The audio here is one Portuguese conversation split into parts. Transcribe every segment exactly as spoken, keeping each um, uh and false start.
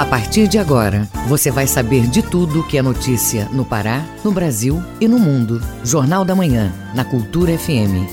A partir de agora, você vai saber de tudo que é notícia no Pará, no Brasil e no mundo. Jornal da Manhã, na Cultura F M.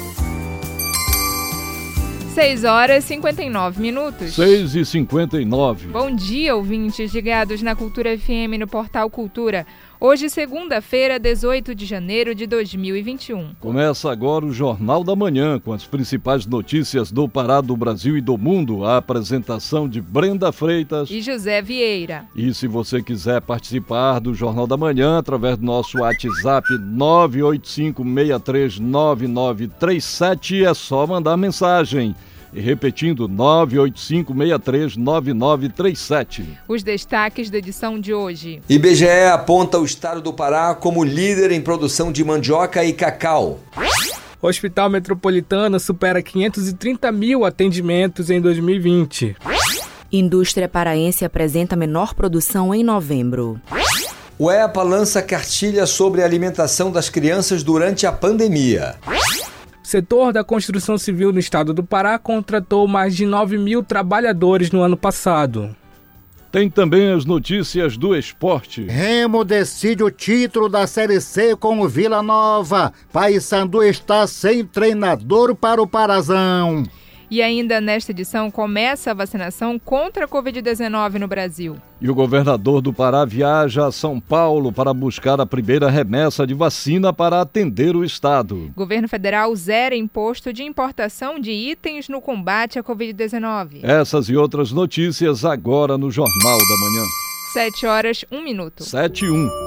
seis horas e cinquenta e nove minutos. seis e cinquenta e nove. Bom dia, ouvintes ligados na Cultura F M no Portal Cultura. Hoje, segunda-feira, dezoito de janeiro de dois mil e vinte e um. Começa agora o Jornal da Manhã, com as principais notícias do Pará, do Brasil e do mundo. A apresentação de Brenda Freitas e José Vieira. E se você quiser participar do Jornal da Manhã, através do nosso WhatsApp nove oito cinco, seis três nove nove três sete, é só mandar mensagem. E repetindo, nove oito cinco, seis três nove nove três sete. Os destaques da edição de hoje. I B G E aponta o estado do Pará como líder em produção de mandioca e cacau. O Hospital Metropolitano supera quinhentos e trinta mil atendimentos em dois mil e vinte. Indústria paraense apresenta menor produção em novembro. O E A P A lança cartilha sobre a alimentação das crianças durante a pandemia. O setor da construção civil no estado do Pará contratou mais de nove mil trabalhadores no ano passado. Tem também as notícias do esporte. Remo decide o título da Série C com o Vila Nova. Paysandu está sem treinador para o Parazão. E ainda nesta edição começa a vacinação contra a covid dezenove no Brasil. E o governador do Pará viaja a São Paulo para buscar a primeira remessa de vacina para atender o estado. Governo federal zera imposto de importação de itens no combate à covid dezenove. Essas e outras notícias agora no Jornal da Manhã. Sete horas, um minuto. Sete e um.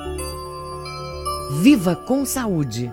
Viva com saúde.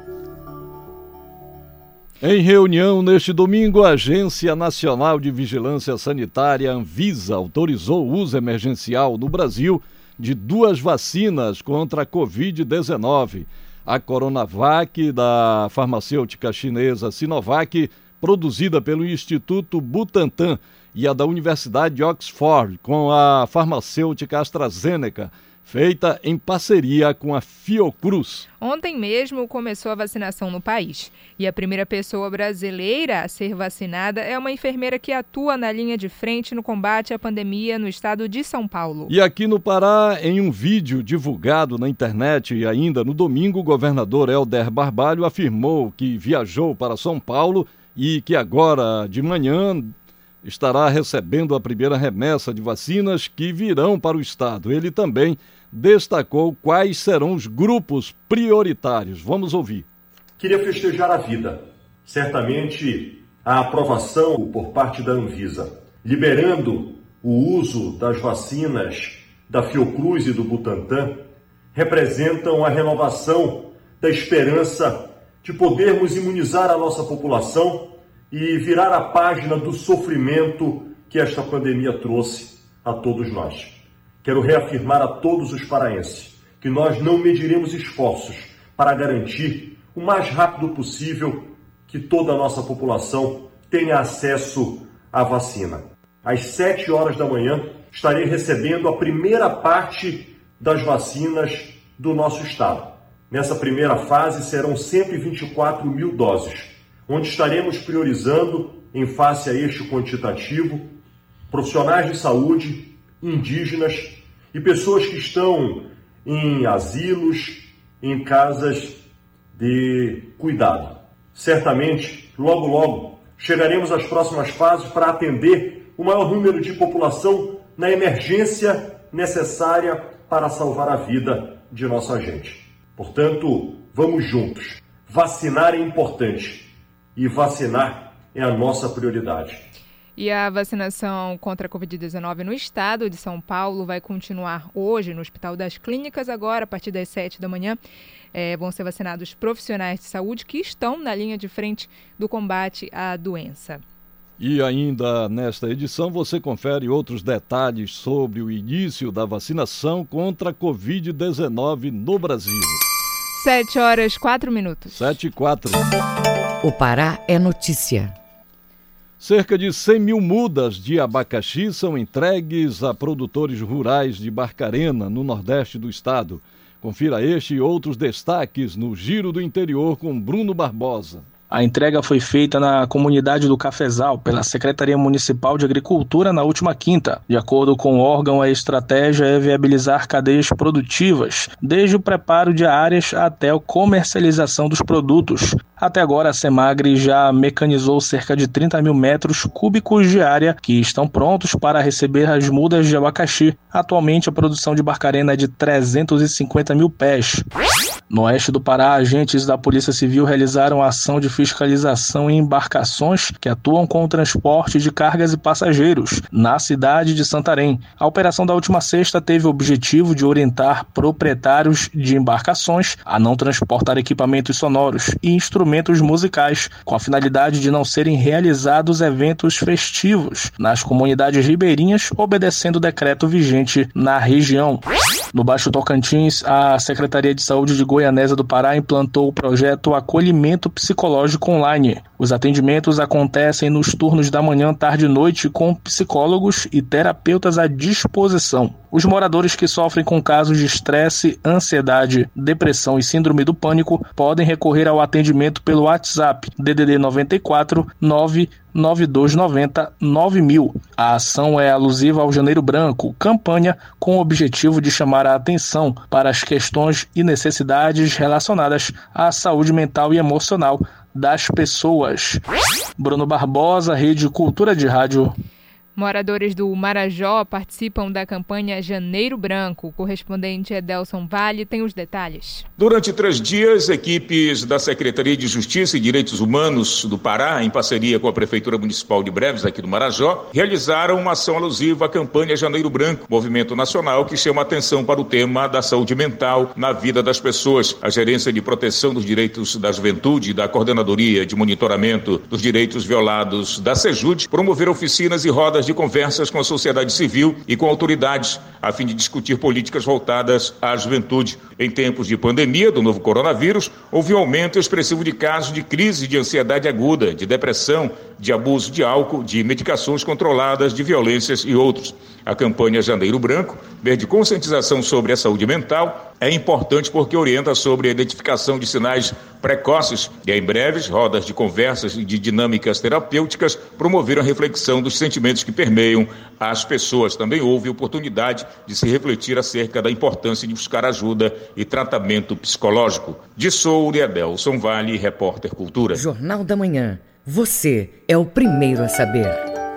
Em reunião neste domingo, a Agência Nacional de Vigilância Sanitária, Anvisa, autorizou o uso emergencial no Brasil de duas vacinas contra a covid dezenove. A Coronavac, da farmacêutica chinesa Sinovac, produzida pelo Instituto Butantan, e a da Universidade de Oxford, com a farmacêutica AstraZeneca, feita em parceria com a Fiocruz. Ontem mesmo começou a vacinação no país. E a primeira pessoa brasileira a ser vacinada é uma enfermeira que atua na linha de frente no combate à pandemia no estado de São Paulo. E aqui no Pará, em um vídeo divulgado na internet e ainda no domingo, o governador Helder Barbalho afirmou que viajou para São Paulo e que agora de manhã estará recebendo a primeira remessa de vacinas que virão para o estado. Ele também destacou quais serão os grupos prioritários. Vamos ouvir. Queria festejar a vida. Certamente a aprovação por parte da Anvisa, liberando o uso das vacinas da Fiocruz e do Butantan, representam a renovação da esperança de podermos imunizar a nossa população e virar a página do sofrimento que esta pandemia trouxe a todos nós. Quero reafirmar a todos os paraenses que nós não mediremos esforços para garantir o mais rápido possível que toda a nossa população tenha acesso à vacina. Às sete horas da manhã estarei recebendo a primeira parte das vacinas do nosso estado. Nessa primeira fase serão cento e vinte e quatro mil doses, onde estaremos priorizando, em face a este quantitativo, profissionais de saúde, indígenas e pessoas que estão em asilos, em casas de cuidado. Certamente, logo, logo, chegaremos às próximas fases para atender o maior número de população na emergência necessária para salvar a vida de nossa gente. Portanto, vamos juntos. Vacinar é importante. E vacinar é a nossa prioridade. E a vacinação contra a covid dezenove no estado de São Paulo vai continuar hoje no Hospital das Clínicas, agora a partir das sete da manhã. É, vão ser vacinados profissionais de saúde que estão na linha de frente do combate à doença. E ainda nesta edição você confere outros detalhes sobre o início da vacinação contra a covid dezenove no Brasil. Sete horas, quatro minutos. Sete e quatro. O Pará é notícia. Cerca de cem mil mudas de abacaxi são entregues a produtores rurais de Barcarena, no nordeste do estado. Confira este e outros destaques no Giro do Interior com Bruno Barbosa. A entrega foi feita na comunidade do Cafezal pela Secretaria Municipal de Agricultura na última quinta. De acordo com o órgão, a estratégia é viabilizar cadeias produtivas, desde o preparo de áreas até a comercialização dos produtos. Até agora, a Semagri já mecanizou cerca de trinta mil metros cúbicos de área que estão prontos para receber as mudas de abacaxi. Atualmente, a produção de Barcarena é de trezentos e cinquenta mil pés. No oeste do Pará, agentes da Polícia Civil realizaram a ação de fiscalização em embarcações que atuam com o transporte de cargas e passageiros na cidade de Santarém. A operação da última sexta teve o objetivo de orientar proprietários de embarcações a não transportar equipamentos sonoros e instrumentos musicais, com a finalidade de não serem realizados eventos festivos nas comunidades ribeirinhas, obedecendo o decreto vigente na região. No Baixo Tocantins, a Secretaria de Saúde de Goianésia do Pará implantou o projeto Acolhimento Psicológico Online. Os atendimentos acontecem nos turnos da manhã, tarde e noite com psicólogos e terapeutas à disposição. Os moradores que sofrem com casos de estresse, ansiedade, depressão e síndrome do pânico podem recorrer ao atendimento pelo WhatsApp D D D nove quatro nove nove dois nove zero nove mil. A ação é alusiva ao Janeiro Branco, campanha com o objetivo de chamar a atenção para as questões e necessidades relacionadas à saúde mental e emocional das pessoas. Bruno Barbosa, Rede Cultura de Rádio. Moradores do Marajó participam da campanha Janeiro Branco. O correspondente Edelson Vale tem os detalhes. Durante três dias, equipes da Secretaria de Justiça e Direitos Humanos do Pará, em parceria com a Prefeitura Municipal de Breves, aqui do Marajó, realizaram uma ação alusiva à campanha Janeiro Branco, movimento nacional que chama atenção para o tema da saúde mental na vida das pessoas. A Gerência de Proteção dos Direitos da Juventude e da Coordenadoria de Monitoramento dos Direitos Violados da SEJUD promoveram oficinas e rodas de conversas com a sociedade civil e com autoridades, a fim de discutir políticas voltadas à juventude. Em tempos de pandemia do novo coronavírus, houve um aumento expressivo de casos de crise de ansiedade aguda, de depressão, de abuso de álcool, de medicações controladas, de violências e outros. A campanha Janeiro Branco, de conscientização sobre a saúde mental, é importante porque orienta sobre a identificação de sinais precoces e, em breves, rodas de conversas e de dinâmicas terapêuticas promoveram a reflexão dos sentimentos que permeiam as pessoas. Também houve oportunidade de se refletir acerca da importância de buscar ajuda e tratamento psicológico. De Soura, Edelson Vale, repórter Cultura. Jornal da Manhã. Você é o primeiro a saber.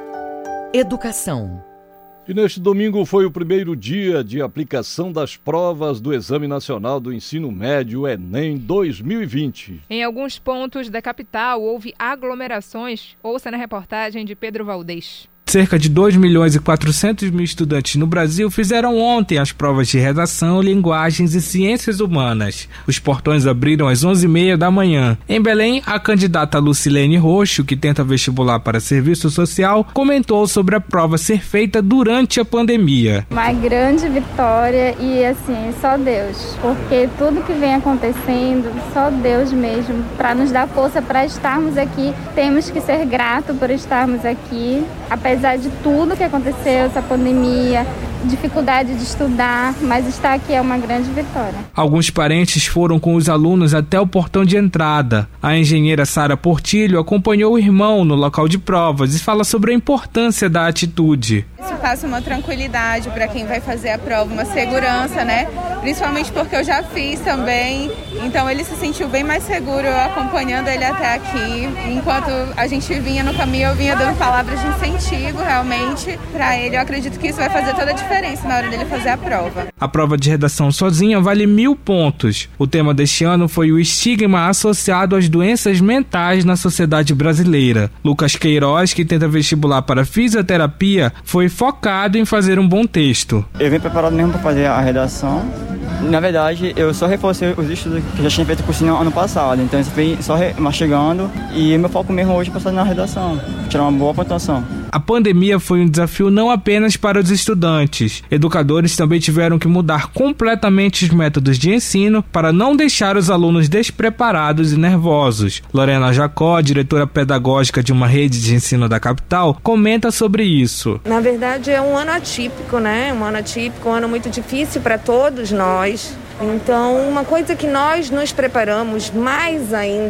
Educação. E neste domingo foi o primeiro dia de aplicação das provas do Exame Nacional do Ensino Médio, Enem dois mil e vinte. Em alguns pontos da capital houve aglomerações. Ouça na reportagem de Pedro Valdez. Cerca de dois milhões e quatrocentos mil estudantes no Brasil fizeram ontem as provas de redação, linguagens e ciências humanas. Os portões abriram às onze e meia da manhã. Em Belém, a candidata Lucilene Roxo, que tenta vestibular para serviço social, comentou sobre a prova ser feita durante a pandemia. Uma grande vitória e, assim, só Deus. Porque tudo que vem acontecendo, só Deus mesmo, para nos dar força para estarmos aqui. Temos que ser gratos por estarmos aqui, apesar Apesar de tudo que aconteceu, essa pandemia, dificuldade de estudar, mas estar aqui é uma grande vitória. Alguns parentes foram com os alunos até o portão de entrada. A engenheira Sara Portilho acompanhou o irmão no local de provas e fala sobre a importância da atitude. Isso passa uma tranquilidade para quem vai fazer a prova, uma segurança, né? Principalmente porque eu já fiz também, então ele se sentiu bem mais seguro eu acompanhando ele até aqui. Enquanto a gente vinha no caminho, eu vinha dando palavras de incentivo realmente para ele. Eu acredito que isso vai fazer toda a diferença na hora dele fazer a prova. A prova de redação sozinha vale mil pontos. O tema deste ano foi o estigma associado às doenças mentais na sociedade brasileira. Lucas Queiroz, que tenta vestibular para fisioterapia, foi focado em fazer um bom texto. Eu vim preparado mesmo para fazer a redação. Na verdade, eu só reforcei os estudos que eu já tinha feito cursinho ano passado, então eu fui só mastigando e meu foco mesmo hoje é passar na redação, tirar uma boa pontuação. A pandemia foi um desafio não apenas para os estudantes. Educadores também tiveram que mudar completamente os métodos de ensino para não deixar os alunos despreparados e nervosos. Lorena Jacó, diretora pedagógica de uma rede de ensino da capital, comenta sobre isso. Na verdade, é um ano atípico, né? Um ano atípico, um ano muito difícil para todos nós. Então, uma coisa que nós nos preparamos mais ainda,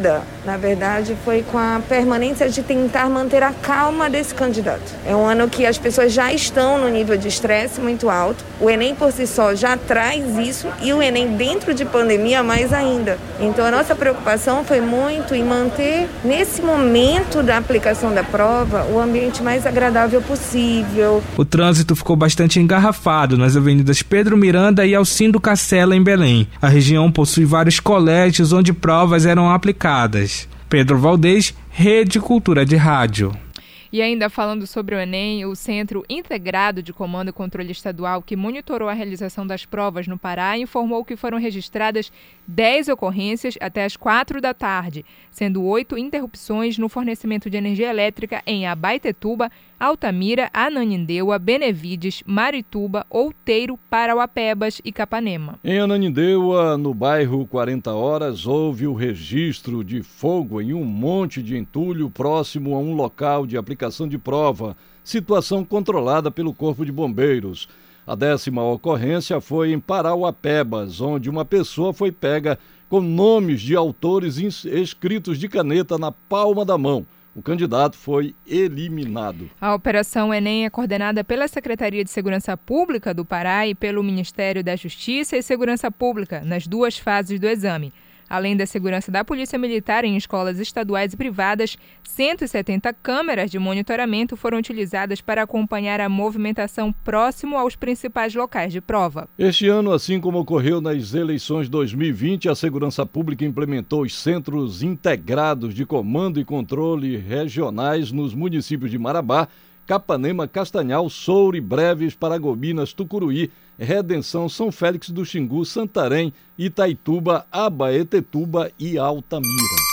Na verdade, foi com a permanência de tentar manter a calma desse candidato. É um ano que as pessoas já estão no nível de estresse muito alto. O Enem por si só já traz isso e o Enem dentro de pandemia mais ainda. Então a nossa preocupação foi muito em manter, nesse momento da aplicação da prova, o ambiente mais agradável possível. O trânsito ficou bastante engarrafado nas avenidas Pedro Miranda e Alcindo Cacela, em Belém. A região possui vários colégios onde provas eram aplicadas. Pedro Valdez, Rede Cultura de Rádio. E ainda falando sobre o Enem, o Centro Integrado de Comando e Controle Estadual, que monitorou a realização das provas no Pará, informou que foram registradas dez ocorrências até as quatro da tarde, sendo oito interrupções no fornecimento de energia elétrica em Abaetetuba, Altamira, Ananindeua, Benevides, Marituba, Outeiro, Parauapebas e Capanema. Em Ananindeua, no bairro quarenta Horas, houve o registro de fogo em um monte de entulho próximo a um local de aplicação de prova, situação controlada pelo Corpo de Bombeiros. A décima ocorrência foi em Parauapebas, onde uma pessoa foi pega com nomes de autores escritos de caneta na palma da mão. O candidato foi eliminado. A Operação Enem é coordenada pela Secretaria de Segurança Pública do Pará e pelo Ministério da Justiça e Segurança Pública, nas duas fases do exame. Além da segurança da Polícia Militar em escolas estaduais e privadas, cento e setenta câmeras de monitoramento foram utilizadas para acompanhar a movimentação próximo aos principais locais de prova. Este ano, assim como ocorreu nas eleições dois mil e vinte, a Segurança Pública implementou os Centros Integrados de Comando e Controle Regionais nos municípios de Marabá, Capanema, Castanhal, Soure, Breves, Paragominas, Tucuruí, Redenção, São Félix do Xingu, Santarém, Itaituba, Abaetetuba e Altamira.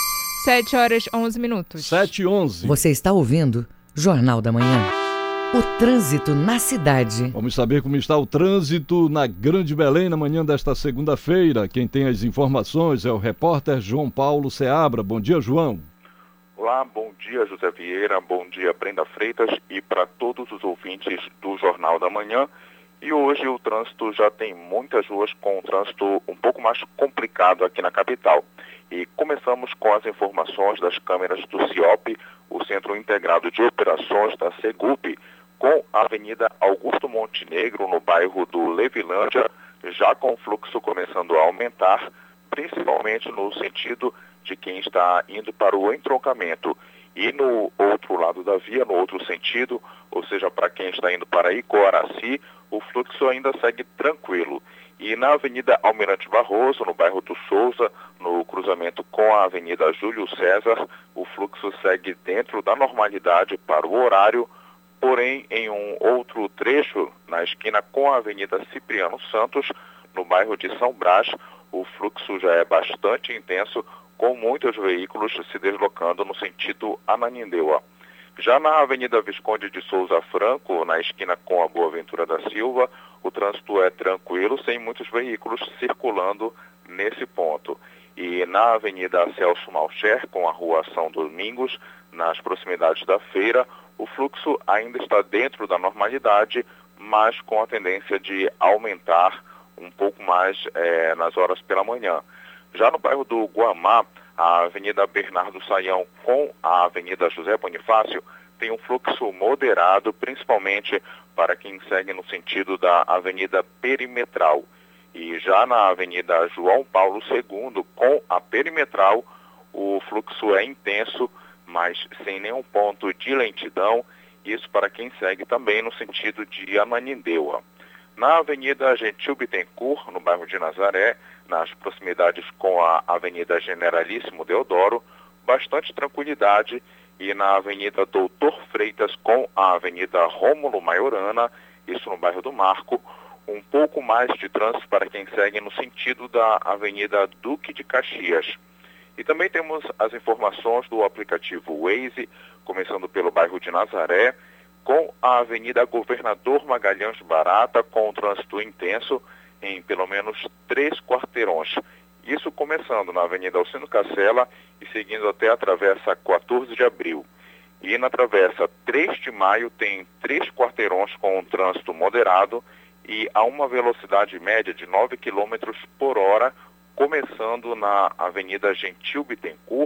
sete horas e onze minutos. sete e onze. Você está ouvindo Jornal da Manhã. O trânsito na cidade. Vamos saber como está o trânsito na Grande Belém na manhã desta segunda-feira. Quem tem as informações é o repórter João Paulo Seabra. Bom dia, João. Olá, bom dia, José Vieira, bom dia, Brenda Freitas e para todos os ouvintes do Jornal da Manhã. E hoje o trânsito já tem muitas ruas com um trânsito um pouco mais complicado aqui na capital. E começamos com as informações das câmeras do CIOP, o Centro Integrado de Operações da Segup, com a Avenida Augusto Montenegro, no bairro do Levilândia, já com o fluxo começando a aumentar, principalmente no sentido de quem está indo para o entroncamento. E no outro lado da via, no outro sentido, ou seja, para quem está indo para Icoaraci, o fluxo ainda segue tranquilo. E na Avenida Almirante Barroso, no bairro do Souza, no cruzamento com a Avenida Júlio César, o fluxo segue dentro da normalidade para o horário, porém em um outro trecho, na esquina com a Avenida Cipriano Santos, no bairro de São Brás, o fluxo já é bastante intenso, com muitos veículos se deslocando no sentido Ananindeua. Já na Avenida Visconde de Souza Franco, na esquina com a Boa Ventura da Silva, o trânsito é tranquilo, sem muitos veículos circulando nesse ponto. E na Avenida Celso Malcher, com a Rua São Domingos, nas proximidades da feira, o fluxo ainda está dentro da normalidade, mas com a tendência de aumentar um pouco mais eh, nas horas pela manhã. Já no bairro do Guamá, a Avenida Bernardo Saião com a Avenida José Bonifácio tem um fluxo moderado, principalmente para quem segue no sentido da Avenida Perimetral. E já na Avenida João Paulo segundo, com a Perimetral, o fluxo é intenso, mas sem nenhum ponto de lentidão, isso para quem segue também no sentido de Ananindeua. Na Avenida Gentil Bittencourt, no bairro de Nazaré, nas proximidades com a Avenida Generalíssimo Deodoro, bastante tranquilidade, e na Avenida Doutor Freitas com a Avenida Rômulo Maiorana, isso no bairro do Marco, um pouco mais de trânsito para quem segue no sentido da Avenida Duque de Caxias. E também temos as informações do aplicativo Waze, começando pelo bairro de Nazaré, com a Avenida Governador Magalhães Barata, com o trânsito intenso em pelo menos três quarteirões. Isso começando na Avenida Alcindo Cacela e seguindo até a Travessa quatorze de abril. E na Travessa três de maio tem três quarteirões com um trânsito moderado e a uma velocidade média de nove quilômetros por hora, começando na Avenida Gentil Bittencourt,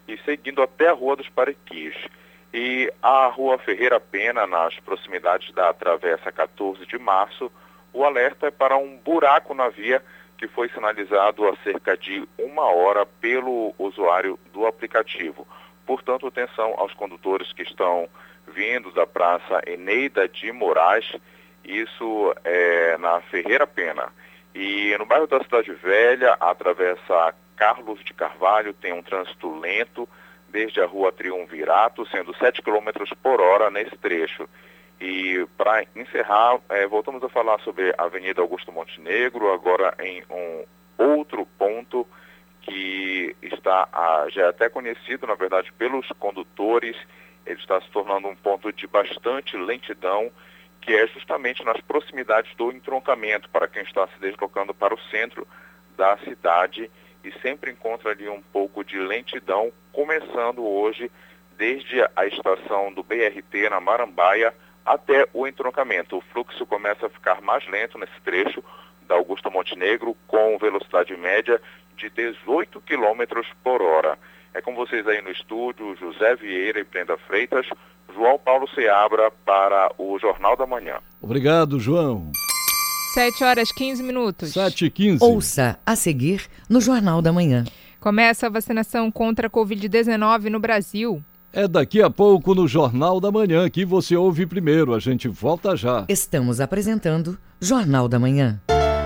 e seguindo até a Rua dos Parequis. E a Rua Ferreira Pena, nas proximidades da Travessa quatorze de março, o alerta é para um buraco na via que foi sinalizado há cerca de uma hora pelo usuário do aplicativo. Portanto, atenção aos condutores que estão vindo da Praça Eneida de Moraes, isso é na Ferreira Pena. E no bairro da Cidade Velha, a Travessa Carlos de Carvalho tem um trânsito lento desde a Rua Triunvirato, sendo sete quilômetros por hora nesse trecho. E para encerrar, é, voltamos a falar sobre a Avenida Augusto Montenegro, agora em um outro ponto que está ah, já é até conhecido, na verdade, pelos condutores. Ele está se tornando um ponto de bastante lentidão, que é justamente nas proximidades do entroncamento, para quem está se deslocando para o centro da cidade, e sempre encontra ali um pouco de lentidão, começando hoje desde a estação do B R T na Marambaia até o entroncamento. O fluxo começa a ficar mais lento nesse trecho da Augusto Montenegro, com velocidade média de dezoito quilômetros por hora. É com vocês aí no estúdio, José Vieira e Brenda Freitas, João Paulo Seabra para o Jornal da Manhã. Obrigado, João. sete horas e quinze minutos. sete e quinze. Ouça a seguir no Jornal da Manhã. Começa a vacinação contra a covid dezenove no Brasil. É daqui a pouco no Jornal da Manhã que você ouve primeiro. A gente volta já. Estamos apresentando Jornal da Manhã.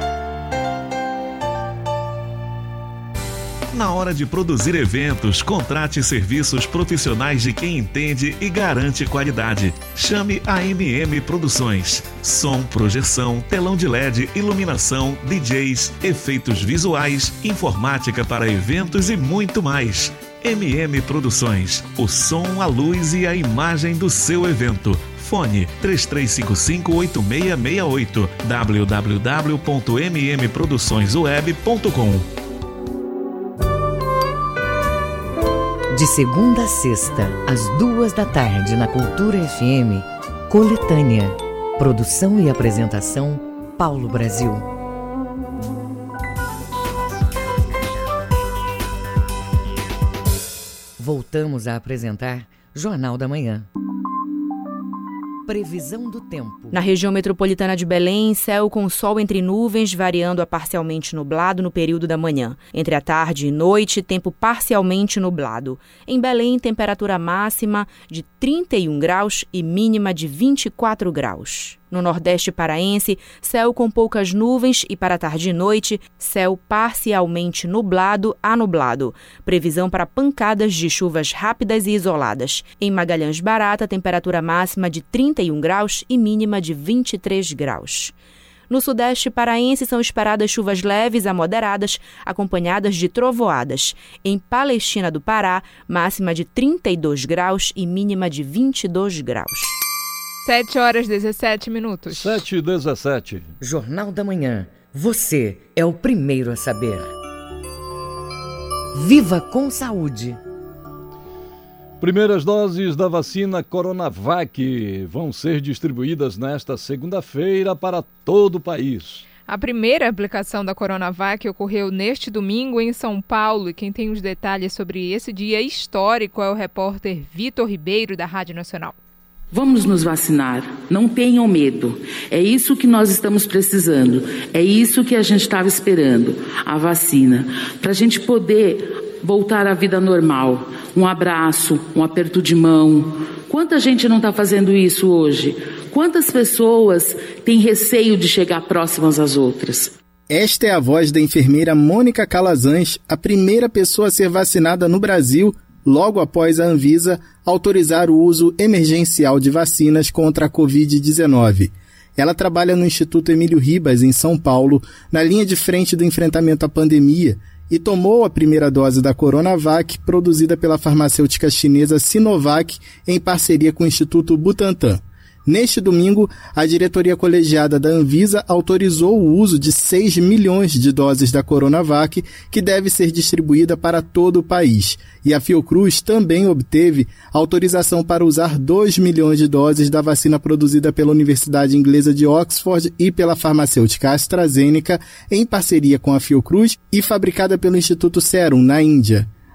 Na hora de produzir eventos, contrate serviços profissionais de quem entende e garante qualidade. Chame a M M Produções. Som, projeção, telão de L E D, iluminação, D Js, efeitos visuais, informática para eventos e muito mais. M M Produções. O som, a luz e a imagem do seu evento. Fone três três cinco cinco, oito seis seis oito. w w w ponto m m produções web ponto com. De segunda a sexta, às duas da tarde, na Cultura F M, Coletânea. Produção e apresentação, Paulo Brasil. Voltamos a apresentar Jornal da Manhã. Previsão do tempo. Na região metropolitana de Belém, céu com sol entre nuvens, variando a parcialmente nublado no período da manhã. Entre a tarde e noite, tempo parcialmente nublado. Em Belém, temperatura máxima de trinta e um graus e mínima de vinte e quatro graus. No Nordeste paraense, céu com poucas nuvens e para tarde e noite, céu parcialmente nublado a nublado. Previsão para pancadas de chuvas rápidas e isoladas. Em Magalhães Barata, temperatura máxima de trinta e um graus e mínima de vinte e três graus. No Sudeste paraense são esperadas chuvas leves a moderadas, acompanhadas de trovoadas. Em Palestina do Pará, máxima de trinta e dois graus e mínima de vinte e dois graus. sete horas e dezessete minutos. sete e dezessete. Jornal da Manhã. Você é o primeiro a saber. Viva com saúde. Primeiras doses da vacina Coronavac vão ser distribuídas nesta segunda-feira para todo o país. A primeira aplicação da Coronavac ocorreu neste domingo em São Paulo, e quem tem os detalhes sobre esse dia histórico é o repórter Vitor Ribeiro, da Rádio Nacional. Vamos nos vacinar, não tenham medo, é isso que nós estamos precisando, é isso que a gente estava esperando, a vacina, para a gente poder voltar à vida normal, um abraço, um aperto de mão. Quanta gente não está fazendo isso hoje? Quantas pessoas têm receio de chegar próximas às outras? Esta é a voz da enfermeira Mônica Calazans, a primeira pessoa a ser vacinada no Brasil, logo após a Anvisa autorizar o uso emergencial de vacinas contra a covid dezenove. Ela trabalha no Instituto Emílio Ribas, em São Paulo, na linha de frente do enfrentamento à pandemia, e tomou a primeira dose da Coronavac, produzida pela farmacêutica chinesa Sinovac, em parceria com o Instituto Butantan. Neste domingo, a diretoria colegiada da Anvisa autorizou o uso de seis milhões de doses da Coronavac, que deve ser distribuída para todo o país. E a Fiocruz também obteve autorização para usar dois milhões de doses da vacina produzida pela Universidade Inglesa de Oxford e pela farmacêutica AstraZeneca, em parceria com a Fiocruz, e fabricada pelo Instituto Serum, na Índia.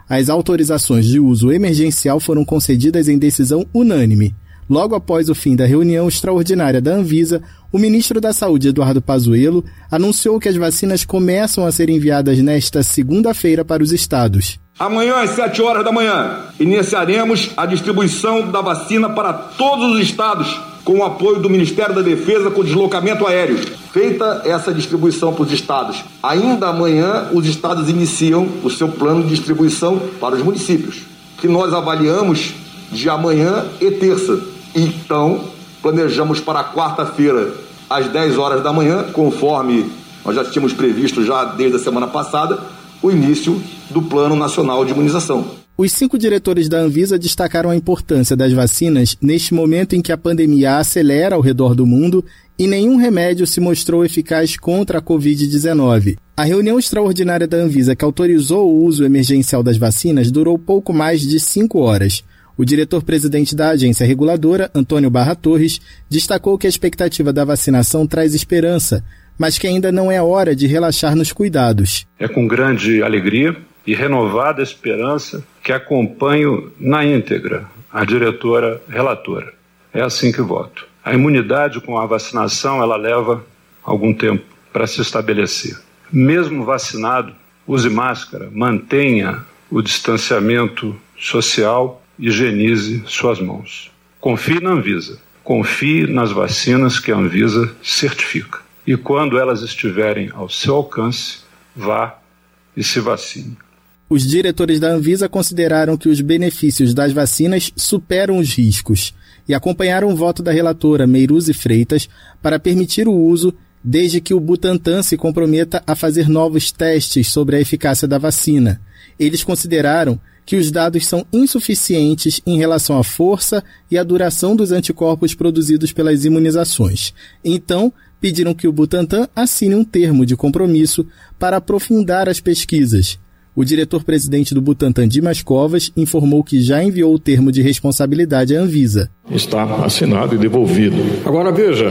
as autorizações de uso emergencial foram concedidas em decisão unânime. Logo após o fim da reunião extraordinária da Anvisa, o ministro da Saúde, Eduardo Pazuello, anunciou que as vacinas começam a ser enviadas nesta segunda-feira para os estados. Amanhã, às sete horas da manhã, iniciaremos a distribuição da vacina para todos os estados, com o apoio do Ministério da Defesa com deslocamento aéreo. Feita essa distribuição para os estados, ainda amanhã os estados iniciam o seu plano de distribuição para os municípios, que nós avaliamos de amanhã e terça. Então, planejamos para quarta-feira, às dez horas da manhã, conforme nós já tínhamos previsto já desde a semana passada, o início do Plano Nacional de Imunização. Os cinco diretores da Anvisa destacaram a importância das vacinas neste momento em que a pandemia acelera ao redor do mundo e nenhum remédio se mostrou eficaz contra a covid dezenove. A reunião extraordinária da Anvisa que autorizou o uso emergencial das vacinas durou pouco mais de cinco horas. O diretor-presidente da agência reguladora, Antônio Barra Torres, destacou que a expectativa da vacinação traz esperança, mas que ainda não é hora de relaxar nos cuidados. É com grande alegria e renovada esperança que acompanho na íntegra a diretora relatora. É assim que voto. A imunidade com a vacinação, ela leva algum tempo para se estabelecer. Mesmo vacinado, use máscara, mantenha o distanciamento social, higienize suas mãos. Confie na Anvisa, confie nas vacinas que a Anvisa certifica. E quando elas estiverem ao seu alcance, vá e se vacine. Os diretores da Anvisa consideraram que os benefícios das vacinas superam os riscos e acompanharam o voto da relatora Meiruzi Freitas para permitir o uso desde que o Butantan se comprometa a fazer novos testes sobre a eficácia da vacina. Eles consideraram que os dados são insuficientes em relação à força e à duração dos anticorpos produzidos pelas imunizações. Então, pediram que o Butantan assine um termo de compromisso para aprofundar as pesquisas. O diretor-presidente do Butantan, Dimas Covas, informou que já enviou o termo de responsabilidade à Anvisa. Está assinado e devolvido. Agora veja,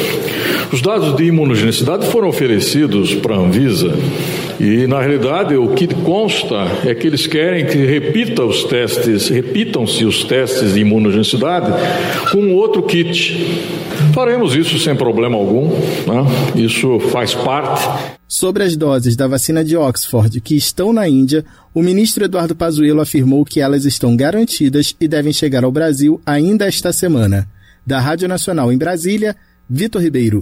os dados de imunogenicidade foram oferecidos para a Anvisa e, na realidade, o que consta é que eles querem que repita os testes, repitam-se os testes de imunogenicidade com outro kit. Faremos isso sem problema algum, né? Isso faz parte. Sobre as doses da vacina de Oxford que estão na Índia, o ministro Eduardo Pazuello afirmou que elas estão garantidas e devem chegar ao Brasil ainda esta semana. Da Rádio Nacional em Brasília, Vitor Ribeiro.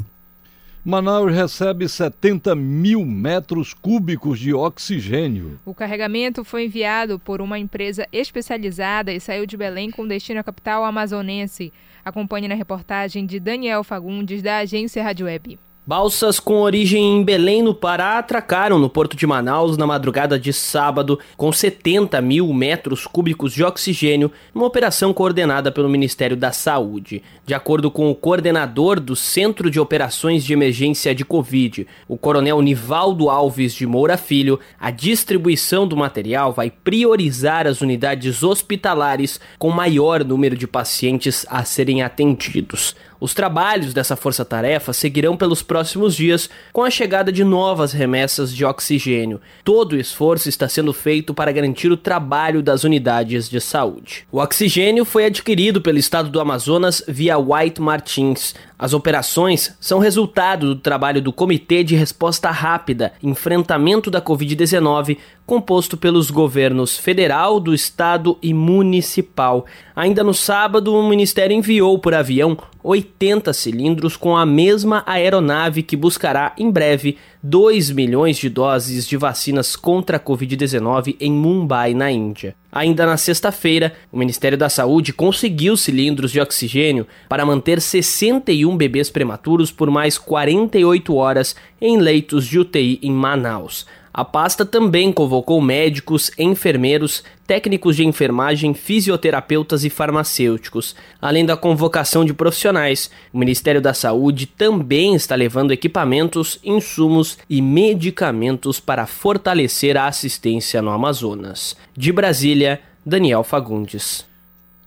Manaus recebe setenta mil metros cúbicos de oxigênio. O carregamento foi enviado por uma empresa especializada e saiu de Belém com destino à capital amazonense. Acompanhe na reportagem de Daniel Fagundes, da agência Rádio Web. Balsas com origem em Belém, no Pará, atracaram no porto de Manaus na madrugada de sábado com setenta mil metros cúbicos de oxigênio, numa operação coordenada pelo Ministério da Saúde. De acordo com o coordenador do Centro de Operações de Emergência de Covid, o coronel Nivaldo Alves de Moura Filho, a distribuição do material vai priorizar as unidades hospitalares com maior número de pacientes a serem atendidos. Os trabalhos dessa força-tarefa seguirão pelos próximos dias com a chegada de novas remessas de oxigênio. Todo o esforço está sendo feito para garantir o trabalho das unidades de saúde. O oxigênio foi adquirido pelo estado do Amazonas via White Martins. As operações são resultado do trabalho do Comitê de Resposta Rápida e Enfrentamento da covid dezenove, composto pelos governos federal, do estado e municipal. Ainda no sábado, o Ministério enviou por avião oitenta cilindros com a mesma aeronave que buscará, em breve, dois milhões de doses de vacinas contra a covid dezenove em Mumbai, na Índia. Ainda na sexta-feira, o Ministério da Saúde conseguiu cilindros de oxigênio para manter sessenta e um bebês prematuros por mais quarenta e oito horas em leitos de U T I em Manaus. A pasta também convocou médicos, enfermeiros, técnicos de enfermagem, fisioterapeutas e farmacêuticos. Além da convocação de profissionais, o Ministério da Saúde também está levando equipamentos, insumos e medicamentos para fortalecer a assistência no Amazonas. De Brasília, Daniel Fagundes.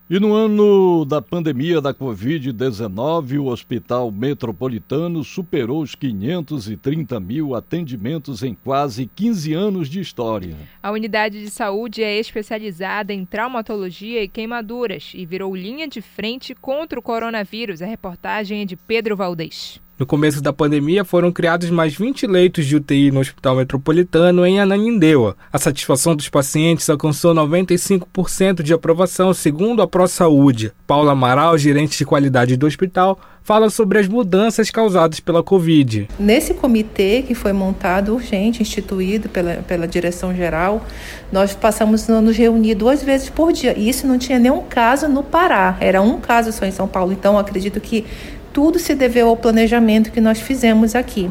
E no ano da pandemia da covid dezenove, o Hospital Metropolitano superou os quinhentos e trinta mil atendimentos em quase quinze anos de história. A unidade de saúde é especializada em traumatologia e queimaduras e virou linha de frente contra o coronavírus. A reportagem é de Pedro Valdez. No começo da pandemia, foram criados mais vinte leitos de U T I no Hospital Metropolitano em Ananindeua. A satisfação dos pacientes alcançou noventa e cinco por cento de aprovação, segundo a ProSaúde. Paula Amaral, gerente de qualidade do hospital, fala sobre as mudanças causadas pela Covid. Nesse comitê que foi montado urgente, instituído pela, pela direção-geral, nós passamos a nos reunir duas vezes por dia. E isso não tinha nenhum caso no Pará, era um caso só em São Paulo. Então, acredito que tudo se deveu ao planejamento que nós fizemos aqui.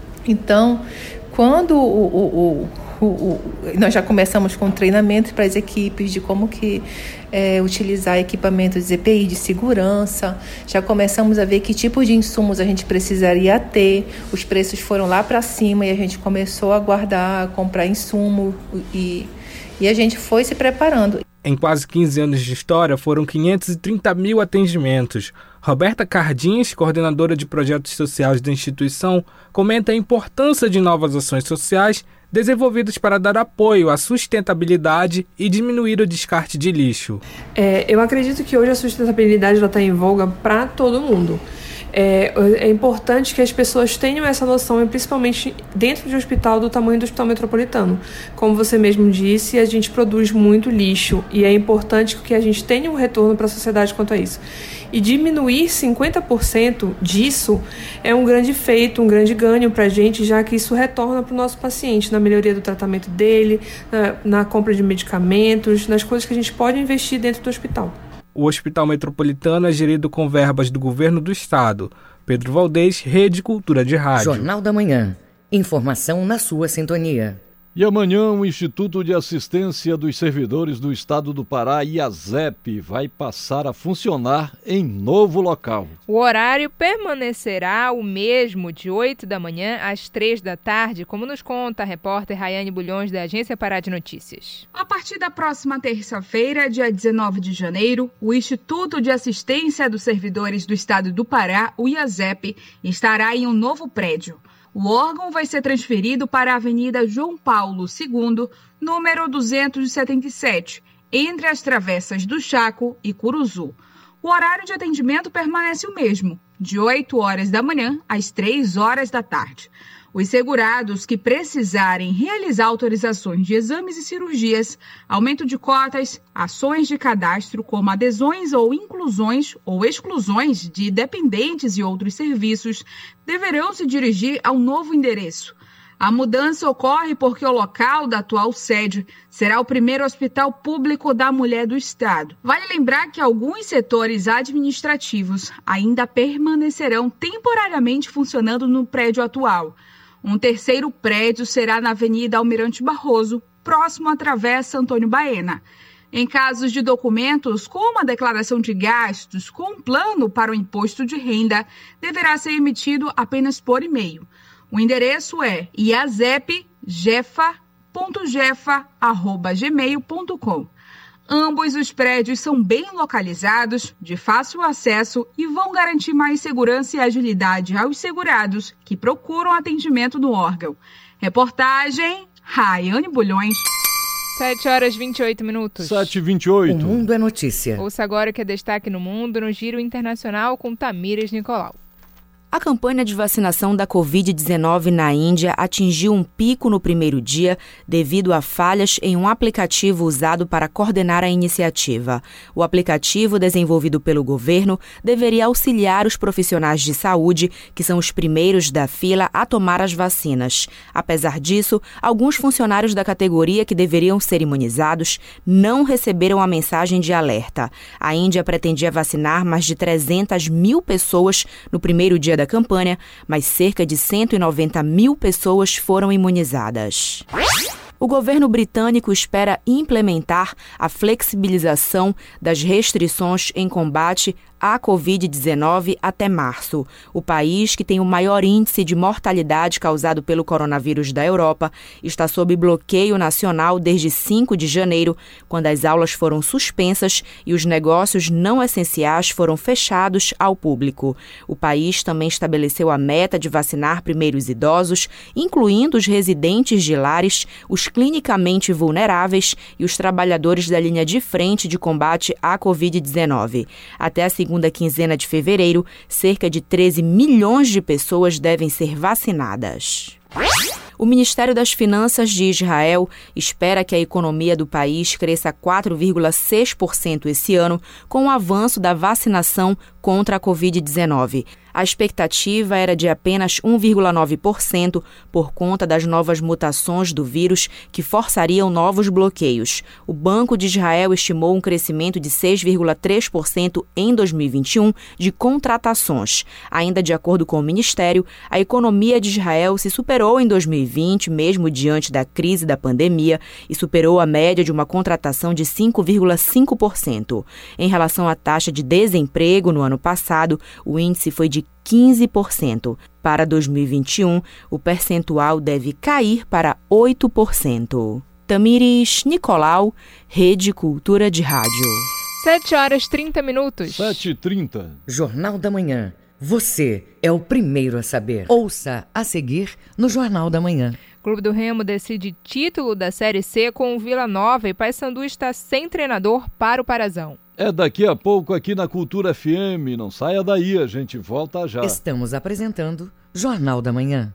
Então, quando o, o, o, o, nós já começamos com treinamento para as equipes de como que é, utilizar equipamentos de E P I, de segurança, já começamos a ver que tipo de insumos a gente precisaria ter, os preços foram lá para cima e a gente começou a guardar, a comprar insumo e, e a gente foi se preparando. Em quase quinze anos de história, foram quinhentos e trinta mil atendimentos. Roberta Cardins, coordenadora de projetos sociais da instituição, comenta a importância de novas ações sociais desenvolvidas para dar apoio à sustentabilidade e diminuir o descarte de lixo. É, eu acredito que hoje a sustentabilidade está em voga para todo mundo. É, é importante que as pessoas tenham essa noção, principalmente dentro de um hospital do tamanho do Hospital Metropolitano. Como você mesmo disse, a gente produz muito lixo e é importante que a gente tenha um retorno para a sociedade quanto a isso. E diminuir cinquenta por cento disso é um grande feito, um grande ganho para a gente, já que isso retorna para o nosso paciente, na melhoria do tratamento dele, na, na compra de medicamentos, nas coisas que a gente pode investir dentro do hospital. O Hospital Metropolitano é gerido com verbas do Governo do Estado. Pedro Valdez, Rede Cultura de Rádio. Jornal da Manhã. Informação na sua sintonia. E amanhã o Instituto de Assistência dos Servidores do Estado do Pará, IASEP, vai passar a funcionar em novo local. O horário permanecerá o mesmo, de oito da manhã às três da tarde, como nos conta a repórter Rayane Bulhões, da Agência Pará de Notícias. A partir da próxima terça-feira, dia dezenove de janeiro, o Instituto de Assistência dos Servidores do Estado do Pará, o IASEP, estará em um novo prédio. O órgão vai ser transferido para a Avenida João Paulo segundo, número duzentos e setenta e sete, entre as travessas do Chaco e Curuzu. O horário de atendimento permanece o mesmo, de oito horas da manhã às três horas da tarde. Os segurados que precisarem realizar autorizações de exames e cirurgias, aumento de cotas, ações de cadastro como adesões ou inclusões ou exclusões de dependentes e outros serviços, deverão se dirigir ao novo endereço. A mudança ocorre porque o local da atual sede será o primeiro hospital público da mulher do Estado. Vale lembrar que alguns setores administrativos ainda permanecerão temporariamente funcionando no prédio atual. Um terceiro prédio será na Avenida Almirante Barroso, próximo à Travessa Antônio Baena. Em casos de documentos, como a declaração de gastos com um plano para o imposto de renda, deverá ser emitido apenas por e-mail. O endereço é iasep jefa ponto jefa arroba gmail ponto com. Ambos os prédios são bem localizados, de fácil acesso e vão garantir mais segurança e agilidade aos segurados que procuram atendimento no órgão. Reportagem Rayane Bulhões. sete horas e vinte e oito minutos. sete e vinte e oito. O Mundo é Notícia. Ouça agora o que é destaque no mundo no Giro Internacional com Tamires Nicolau. A campanha de vacinação da covid dezenove na Índia atingiu um pico no primeiro dia devido a falhas em um aplicativo usado para coordenar a iniciativa. O aplicativo, desenvolvido pelo governo, deveria auxiliar os profissionais de saúde, que são os primeiros da fila a tomar as vacinas. Apesar disso, alguns funcionários da categoria que deveriam ser imunizados não receberam a mensagem de alerta. A Índia pretendia vacinar mais de trezentas mil pessoas no primeiro dia da campanha, mas cerca de cento e noventa mil pessoas foram imunizadas. O governo britânico espera implementar a flexibilização das restrições em combate à covid dezenove até março. O país, que tem o maior índice de mortalidade causado pelo coronavírus da Europa, está sob bloqueio nacional desde cinco de janeiro, quando as aulas foram suspensas e os negócios não essenciais foram fechados ao público. O país também estabeleceu a meta de vacinar primeiro os idosos, incluindo os residentes de lares, os clinicamente vulneráveis e os trabalhadores da linha de frente de combate à covid dezenove. Até a segunda quinzena de fevereiro, cerca de treze milhões de pessoas devem ser vacinadas. O Ministério das Finanças de Israel espera que a economia do país cresça quatro vírgula seis por cento esse ano, com o avanço da vacinação contra a covid dezenove. A expectativa era de apenas um vírgula nove por cento por conta das novas mutações do vírus que forçariam novos bloqueios. O Banco de Israel estimou um crescimento de seis vírgula três por cento em dois mil e vinte e um de contratações. Ainda de acordo com o Ministério, a economia de Israel se superou em dois mil e vinte, mesmo diante da crise da pandemia, e superou a média de uma contratação de cinco vírgula cinco por cento. Em relação à taxa de desemprego no ano passado, o índice foi de quinze por cento. Para dois mil e vinte e um, o percentual deve cair para oito por cento. Tamires Nicolau, Rede Cultura de Rádio. sete horas e trinta minutos. sete e trinta. Jornal da Manhã. Você é o primeiro a saber. Ouça a seguir no Jornal da Manhã. Clube do Remo decide título da Série C com o Vila Nova e Paysandu está sem treinador para o Parazão. É daqui a pouco aqui na Cultura F M. Não saia daí, a gente volta já. Estamos apresentando Jornal da Manhã.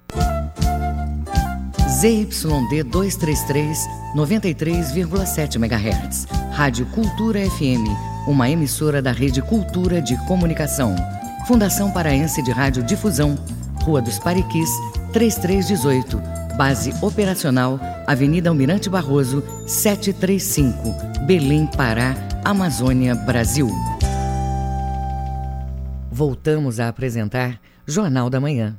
Z Y D duzentos e trinta e três, noventa e três vírgula sete megahertz. Rádio Cultura F M, uma emissora da Rede Cultura de Comunicação. Fundação Paraense de Rádio Difusão, Rua dos Pariquis, três três um oito. Base operacional, Avenida Almirante Barroso, setecentos e trinta e cinco, Belém, Pará, Amazônia, Brasil. Voltamos a apresentar Jornal da Manhã.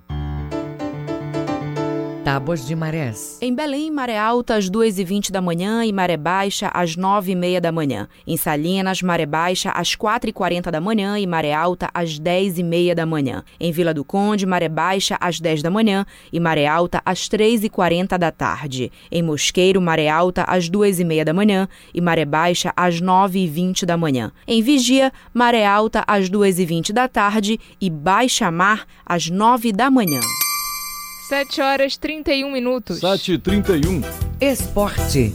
Tábuas de marés. Em Belém, maré alta às duas e vinte da manhã e maré baixa às nove e meia da manhã. Em Salinas, maré baixa às quatro e quarenta da manhã e maré alta às dez e meia da manhã. Em Vila do Conde, maré baixa às dez da manhã e maré alta às três e quarenta da tarde. Em Mosqueiro, maré alta às duas e meia da manhã e maré baixa às nove e vinte da manhã. Em Vigia, maré alta às duas e vinte da tarde e baixa mar às nove da manhã. sete horas e trinta e um minutos. sete e trinta e um. Esporte.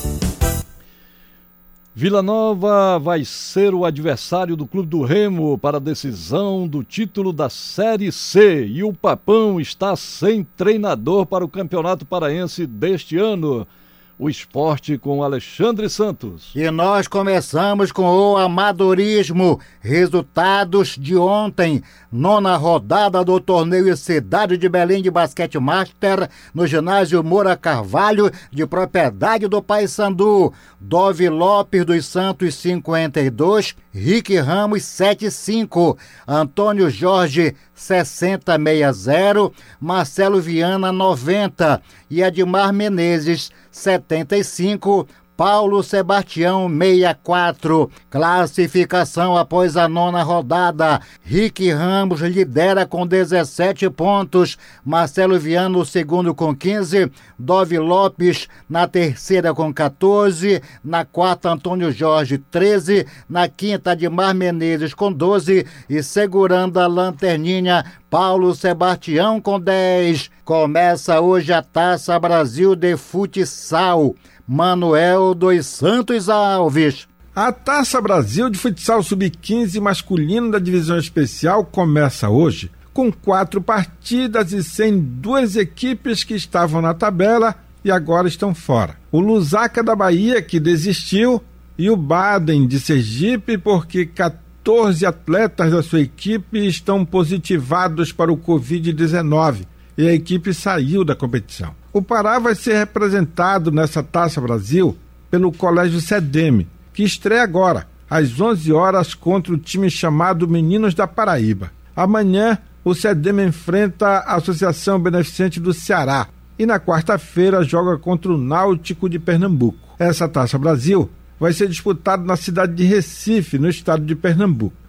Vila Nova vai ser o adversário do Clube do Remo para a decisão do título da Série C. E o Papão está sem treinador para o Campeonato Paraense deste ano. O esporte com Alexandre Santos. E nós começamos com o amadorismo. Resultados de ontem, nona rodada do torneio Cidade de Belém de Basquete Master, no ginásio Moura Carvalho, de propriedade do Paysandu. Dove Lopes dos Santos, cinquenta e dois, Rick Ramos, setenta e cinco, Antônio Jorge, sessenta e zero, Marcelo Viana, noventa e Admar Menezes, setenta e cinco, Paulo Sebastião, sessenta e quatro. Classificação após a nona rodada. Rick Ramos lidera com dezessete pontos. Marcelo Viana, o segundo, com quinze. Dove Lopes, na terceira, com quatorze. Na quarta, Antônio Jorge, treze. Na quinta, Admar Menezes, com doze. E segurando a lanterninha, Paulo Sebastião, com dez. Começa hoje a Taça Brasil de Futsal. Manuel dos Santos Alves. A Taça Brasil de Futsal sub quinze masculino da divisão especial começa hoje com quatro partidas e sem duas equipes que estavam na tabela e agora estão fora. O Lusaka da Bahia, que desistiu, e o Baden de Sergipe, porque quatorze atletas da sua equipe estão positivados para o covid dezenove e a equipe saiu da competição. O Pará vai ser representado nessa Taça Brasil pelo Colégio SEDEM, que estreia agora, às onze horas, contra o time chamado Meninos da Paraíba. Amanhã, o SEDEM enfrenta a Associação Beneficente do Ceará e na quarta-feira joga contra o Náutico de Pernambuco. Essa Taça Brasil vai ser disputada na cidade de Recife, no estado de Pernambuco.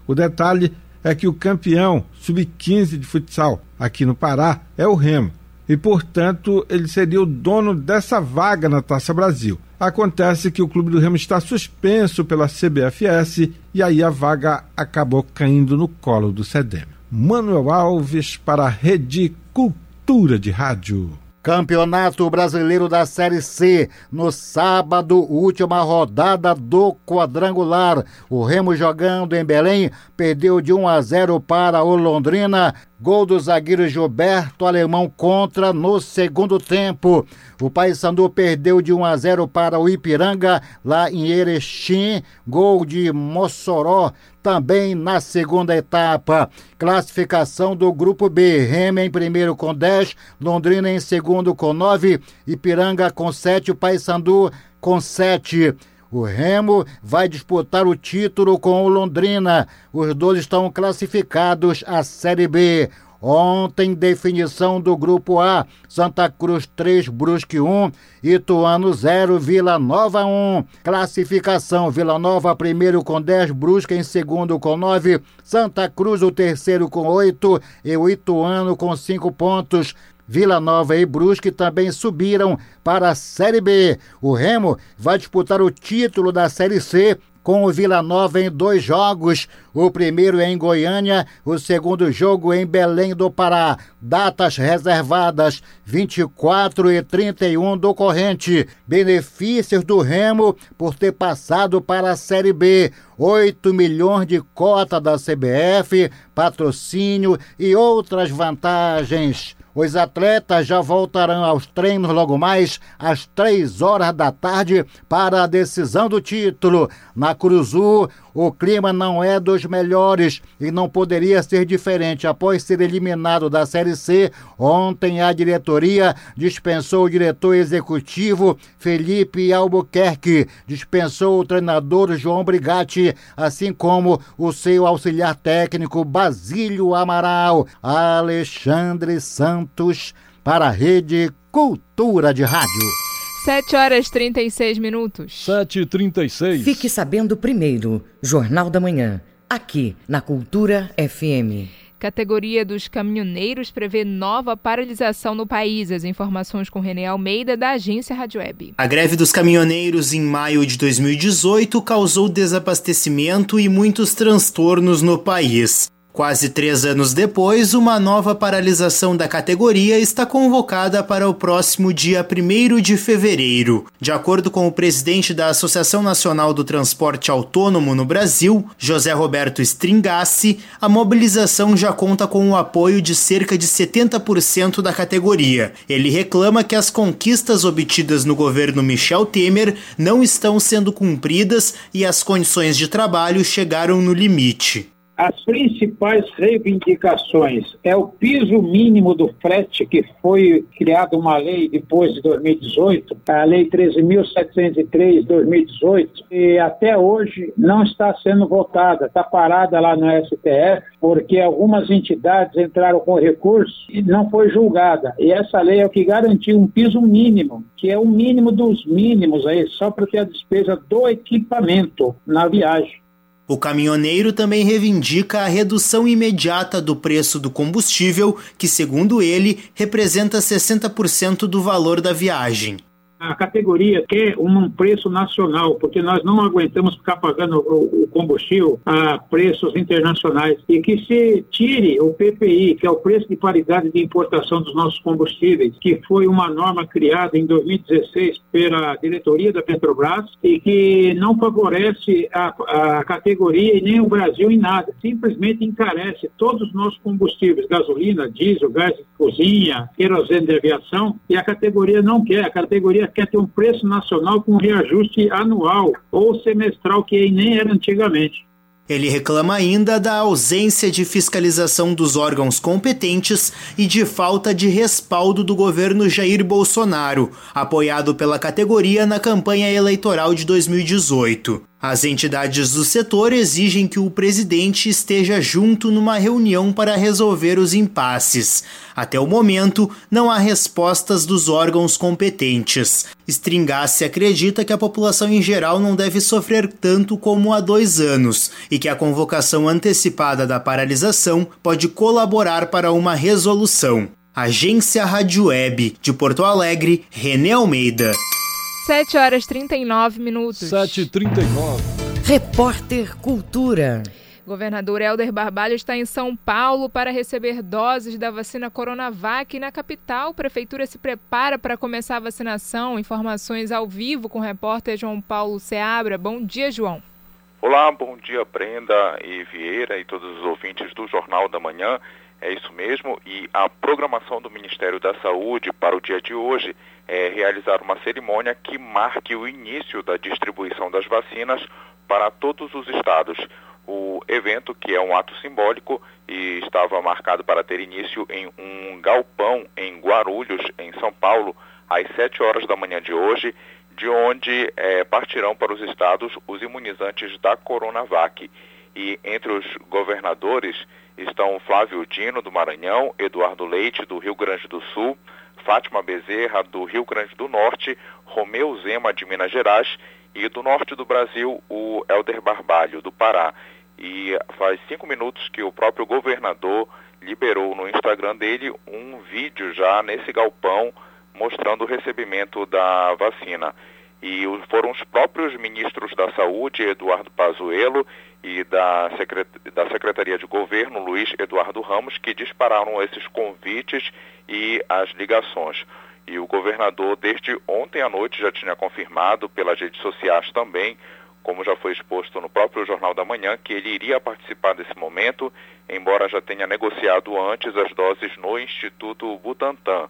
O detalhe é que o campeão sub quinze de futsal aqui no Pará é o Remo e, portanto, ele seria o dono dessa vaga na Taça Brasil. Acontece que o clube do Remo está suspenso pela C B F S e aí a vaga acabou caindo no colo do CEDEM. Manuel Alves para a Rede Cultura de Rádio. Campeonato Brasileiro da Série C, no sábado, última rodada do quadrangular. O Remo jogando em Belém, perdeu de um a zero para o Londrina. Gol do zagueiro Gilberto Alemão contra no segundo tempo. O Paysandu perdeu de um a zero para o Ipiranga, lá em Erechim. Gol de Mossoró também na segunda etapa. Classificação do Grupo B. Remo em primeiro com dez, Londrina em segundo com nove, Ipiranga com sete, o Paysandu com sete. O Remo vai disputar o título com o Londrina. Os dois estão classificados à Série B. Ontem, definição do Grupo A. Santa Cruz três, Brusque um, Ituano zero, Vila Nova um. Classificação: Vila Nova primeiro com dez, Brusque em segundo com nove, Santa Cruz o terceiro com oito e o Ituano com cinco pontos. Vila Nova e Brusque também subiram para a Série B. O Remo vai disputar o título da Série C com o Vila Nova em dois jogos. O primeiro é em Goiânia, o segundo jogo em Belém do Pará. Datas reservadas vinte e quatro e trinta e um do corrente. Benefícios do Remo por ter passado para a Série B. oito milhões de cota da C B F, patrocínio e outras vantagens. Os atletas já voltarão aos treinos logo mais às três horas da tarde para a decisão do título. Na Curuzu, o clima não é dos melhores e não poderia ser diferente. Após ser eliminado da Série C, ontem a diretoria dispensou o diretor executivo Felipe Albuquerque, dispensou o treinador João Brigatti, assim como o seu auxiliar técnico Basílio Amaral. Alexandre Santos para a Rede Cultura de Rádio. sete horas e trinta e seis minutos. sete e trinta e seis. Fique sabendo primeiro, Jornal da Manhã, aqui na Cultura F M. Categoria dos caminhoneiros prevê nova paralisação no país. As informações com René Almeida, da agência Rádio Web. A greve dos caminhoneiros em maio de dois mil e dezoito causou desabastecimento e muitos transtornos no país. Quase três anos depois, uma nova paralisação da categoria está convocada para o próximo dia primeiro de fevereiro. De acordo com o presidente da Associação Nacional do Transporte Autônomo no Brasil, José Roberto Stringassi, a mobilização já conta com o apoio de cerca de setenta por cento da categoria. Ele reclama que as conquistas obtidas no governo Michel Temer não estão sendo cumpridas e as condições de trabalho chegaram no limite. As principais reivindicações é o piso mínimo do frete, que foi criada uma lei depois de dois mil e dezoito, a Lei treze mil setecentos e três de dois mil e dezoito, e até hoje não está sendo votada, está parada lá no S T F, porque algumas entidades entraram com recurso e não foi julgada. E essa lei é o que garantiu um piso mínimo, que é o mínimo dos mínimos aí, só para ter a despesa do equipamento na viagem. O caminhoneiro também reivindica a redução imediata do preço do combustível, que, segundo ele, representa sessenta por cento do valor da viagem. A categoria quer um preço nacional, porque nós não aguentamos ficar pagando o combustível a preços internacionais, e que se tire o P P I, que é o preço de paridade de importação dos nossos combustíveis, que foi uma norma criada em dois mil e dezesseis pela diretoria da Petrobras e que não favorece a, a categoria e nem o Brasil em nada, simplesmente encarece todos os nossos combustíveis, gasolina, diesel, gás de cozinha, querosene de aviação, e a categoria não quer. A categoria quer ter um preço nacional com reajuste anual ou semestral, que nem era antigamente. Ele reclama ainda da ausência de fiscalização dos órgãos competentes e de falta de respaldo do governo Jair Bolsonaro, apoiado pela categoria na campanha eleitoral de dois mil e dezoito. As entidades do setor exigem que o presidente esteja junto numa reunião para resolver os impasses. Até o momento, não há respostas dos órgãos competentes. Stringassi acredita que a população em geral não deve sofrer tanto como há dois anos e que a convocação antecipada da paralisação pode colaborar para uma resolução. Agência Rádio Web, de Porto Alegre, Renê Almeida. sete horas e trinta e nove minutos. sete e trinta e nove. Repórter Cultura. Governador Helder Barbalho está em São Paulo para receber doses da vacina Coronavac. E na capital, a prefeitura se prepara para começar a vacinação. Informações ao vivo com o repórter João Paulo Seabra. Bom dia, João. Olá, bom dia, Brenda e Vieira e todos os ouvintes do Jornal da Manhã. É isso mesmo, e a programação do Ministério da Saúde para o dia de hoje é realizar uma cerimônia que marque o início da distribuição das vacinas para todos os estados. O evento, que é um ato simbólico e estava marcado para ter início em um galpão em Guarulhos, em São Paulo, às sete horas da manhã de hoje, de onde é, partirão para os estados os imunizantes da Coronavac. E entre os governadores estão Flávio Dino, do Maranhão, Eduardo Leite, do Rio Grande do Sul, Fátima Bezerra, do Rio Grande do Norte, Romeu Zema, de Minas Gerais, e do norte do Brasil, o Helder Barbalho, do Pará. E faz cinco minutos que o próprio governador liberou no Instagram dele um vídeo já nesse galpão mostrando o recebimento da vacina. E foram os próprios ministros da Saúde, Eduardo Pazuello, e da, Secret... da Secretaria de Governo, Luiz Eduardo Ramos, que dispararam esses convites e as ligações. E o governador, desde ontem à noite, já tinha confirmado pelas redes sociais também, como já foi exposto no próprio Jornal da Manhã, que ele iria participar desse momento, embora já tenha negociado antes as doses no Instituto Butantan.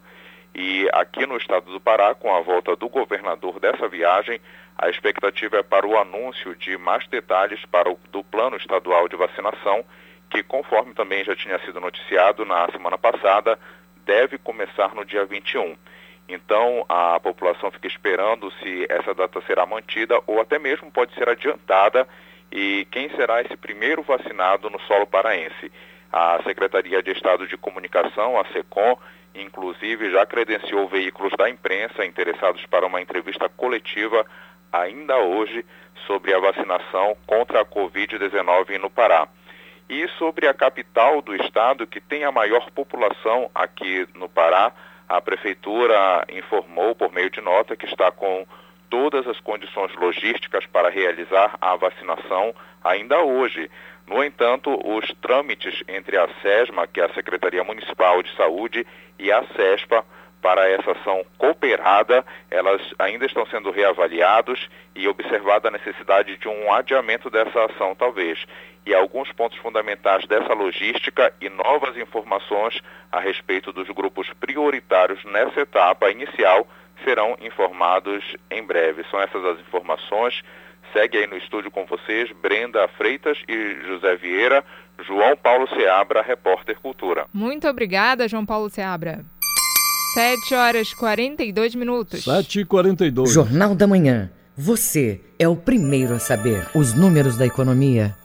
E aqui no estado do Pará, com a volta do governador dessa viagem, a expectativa é para o anúncio de mais detalhes para o, do plano estadual de vacinação, que, conforme também já tinha sido noticiado na semana passada, deve começar no dia vinte e um. Então, a população fica esperando se essa data será mantida ou até mesmo pode ser adiantada, e quem será esse primeiro vacinado no solo paraense. A Secretaria de Estado de Comunicação, a SECOM, inclusive já credenciou veículos da imprensa interessados para uma entrevista coletiva ainda hoje sobre a vacinação contra a covid dezenove no Pará. E sobre a capital do estado, que tem a maior população aqui no Pará, a Prefeitura informou por meio de nota que está com todas as condições logísticas para realizar a vacinação ainda hoje. No entanto, os trâmites entre a SESMA, que é a Secretaria Municipal de Saúde, e a SESPA, para essa ação cooperada, elas ainda estão sendo reavaliados e observada a necessidade de um adiamento dessa ação, talvez. E alguns pontos fundamentais dessa logística e novas informações a respeito dos grupos prioritários nessa etapa inicial serão informados em breve. São essas as informações. Segue aí no estúdio com vocês, Brenda Freitas e José Vieira, João Paulo Seabra, repórter Cultura. Muito obrigada, João Paulo Seabra. sete horas e quarenta e dois minutos. sete e quarenta e dois. Jornal da Manhã. Você é o primeiro a saber os números da economia.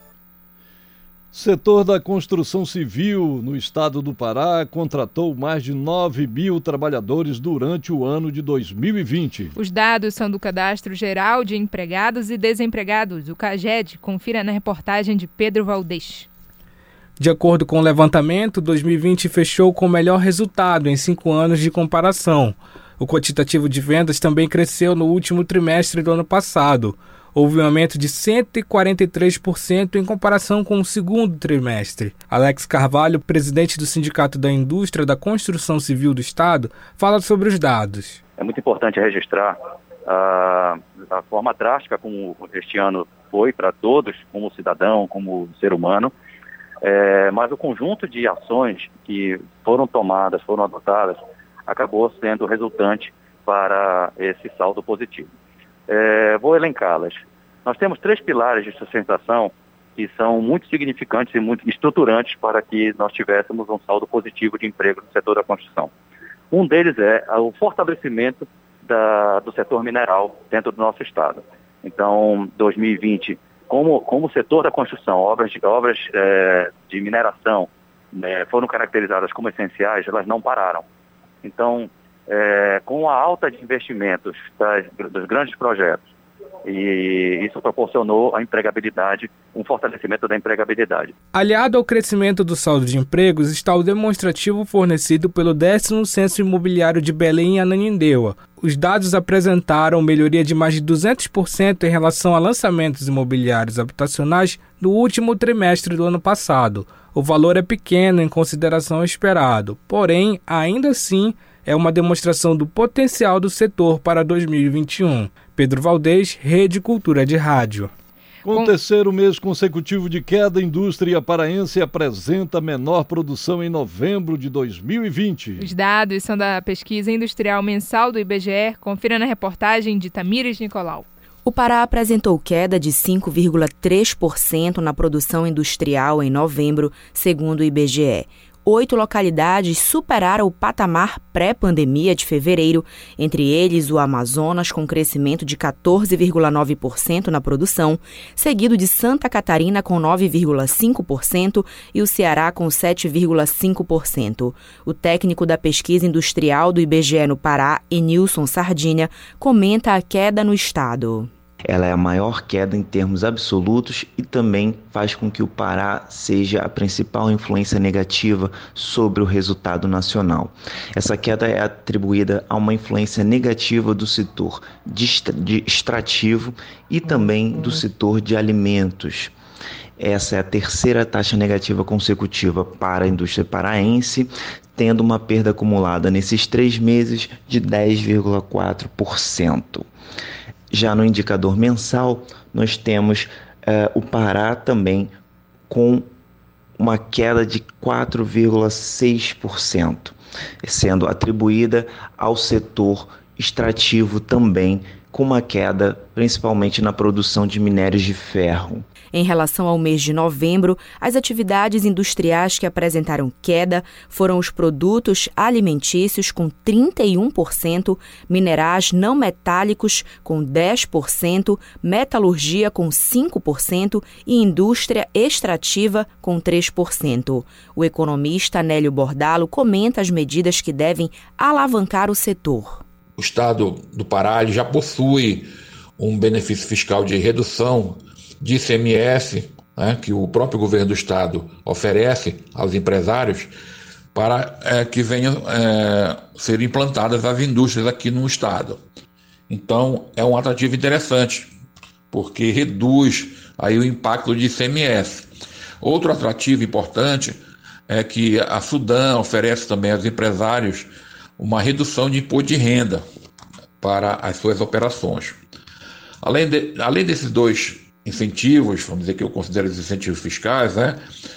Setor da construção civil no estado do Pará contratou mais de nove mil trabalhadores durante o ano de dois mil e vinte. Os dados são do Cadastro Geral de Empregados e Desempregados, o CAGED. Confira na reportagem de Pedro Valdez. De acordo com o levantamento, dois mil e vinte fechou com o melhor resultado em cinco anos de comparação. O quantitativo de vendas também cresceu no último trimestre do ano passado. Houve um aumento de cento e quarenta e três por cento em comparação com o segundo trimestre. Alex Carvalho, presidente do Sindicato da Indústria da Construção Civil do Estado, fala sobre os dados. É muito importante registrar a, a forma drástica como este ano foi para todos, como cidadão, como ser humano, é, mas o conjunto de ações que foram tomadas, foram adotadas, acabou sendo resultante para esse saldo positivo. É, vou elencá-las. Nós temos três pilares de sustentação que são muito significantes e muito estruturantes para que nós tivéssemos um saldo positivo de emprego no setor da construção. Um deles é o fortalecimento da, do setor mineral dentro do nosso estado. Então, dois mil e vinte, como, como o setor da construção, obras, obras é, de mineração é, foram caracterizadas como essenciais, elas não pararam. Então, é, com a alta de investimentos das, dos grandes projetos, e isso proporcionou a empregabilidade, um fortalecimento da empregabilidade. Aliado ao crescimento do saldo de empregos está o demonstrativo fornecido pelo décimo Censo Imobiliário de Belém e Ananindeua. Os dados apresentaram melhoria de mais de duzentos por cento em relação a lançamentos imobiliários habitacionais no último trimestre do ano passado. O valor é pequeno em consideração ao esperado, porém, ainda assim, é uma demonstração do potencial do setor para dois mil e vinte e um. Pedro Valdez, Rede Cultura de Rádio. Com o terceiro mês consecutivo de queda, a indústria paraense apresenta menor produção em novembro de dois mil e vinte. Os dados são da pesquisa industrial mensal do I B G E. Confira na reportagem de Tamires Nicolau. O Pará apresentou queda de cinco vírgula três por cento na produção industrial em novembro, segundo o I B G E. Oito localidades superaram o patamar pré-pandemia de fevereiro, entre eles o Amazonas, com crescimento de quatorze vírgula nove por cento na produção, seguido de Santa Catarina, com nove vírgula cinco por cento e o Ceará, com sete vírgula cinco por cento. O técnico da pesquisa industrial do I B G E no Pará, Enilson Sardinha, comenta a queda no estado. Ela é a maior queda em termos absolutos e também faz com que o Pará seja a principal influência negativa sobre o resultado nacional. Essa queda é atribuída a uma influência negativa do setor de extrativo e também do setor de alimentos. Essa é a terceira taxa negativa consecutiva para a indústria paraense, tendo uma perda acumulada nesses três meses de dez vírgula quatro por cento. Já no indicador mensal, nós temos uh, o Pará também com uma queda de quatro vírgula seis por cento, sendo atribuída ao setor extrativo também, com uma queda principalmente na produção de minérios de ferro. Em relação ao mês de novembro, as atividades industriais que apresentaram queda foram os produtos alimentícios com trinta e um por cento, minerais não metálicos com dez por cento, metalurgia com cinco por cento e indústria extrativa com três por cento. O economista Nélio Bordalo comenta as medidas que devem alavancar o setor. O estado do Pará já possui um benefício fiscal de redução de I C M S, né, que o próprio governo do estado oferece aos empresários para é, que venham é, ser implantadas as indústrias aqui no estado. Então, é um atrativo interessante, porque reduz aí o impacto de I C M S. Outro atrativo importante é que a Sudam oferece também aos empresários uma redução de imposto de renda para as suas operações. Além, de, além desses dois incentivos, vamos dizer que eu considero os incentivos fiscais, né?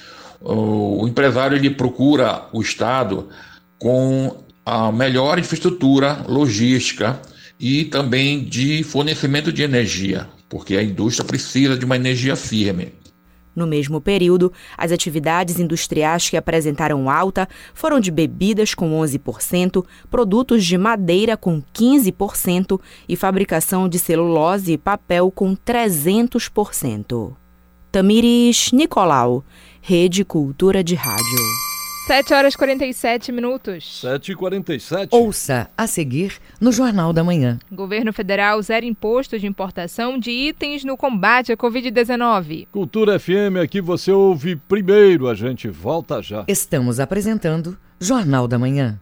O, o empresário ele procura o Estado com a melhor infraestrutura logística e também de fornecimento de energia, porque a indústria precisa de uma energia firme. No mesmo período, as atividades industriais que apresentaram alta foram de bebidas com onze por cento, produtos de madeira com quinze por cento e fabricação de celulose e papel com trezentos por cento. Tamires Nicolau, Rede Cultura de Rádio. sete horas e quarenta e sete minutos. sete e quarenta e sete. Ouça a seguir no Jornal da Manhã. Governo Federal zera imposto de importação de itens no combate à covid dezenove. Cultura F M, aqui você ouve primeiro, a gente volta já. Estamos apresentando Jornal da Manhã.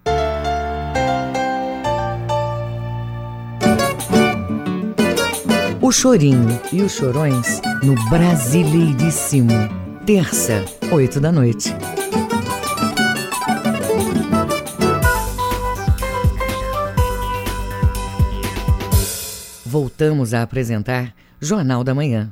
O Chorinho e os Chorões no Brasileiríssimo. Terça, oito da noite. Voltamos a apresentar Jornal da Manhã.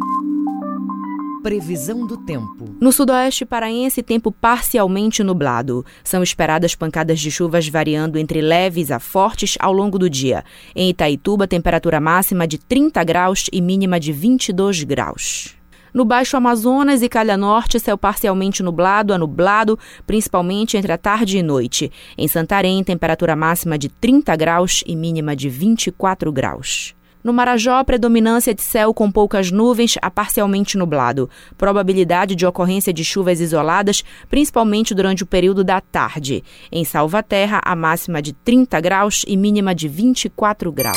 Previsão do tempo. No sudoeste paraense, tempo parcialmente nublado. São esperadas pancadas de chuvas variando entre leves a fortes ao longo do dia. Em Itaituba, temperatura máxima de trinta graus e mínima de vinte e dois graus. No Baixo Amazonas e Calha Norte, céu parcialmente nublado a nublado, principalmente entre a tarde e noite. Em Santarém, temperatura máxima de trinta graus e mínima de vinte e quatro graus. No Marajó, predominância de céu com poucas nuvens a parcialmente nublado. Probabilidade de ocorrência de chuvas isoladas, principalmente durante o período da tarde. Em Salvaterra, a máxima de trinta graus e mínima de vinte e quatro graus.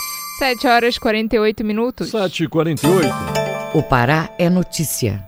sete horas e quarenta e oito minutos. sete e quarenta e oito. O Pará é notícia.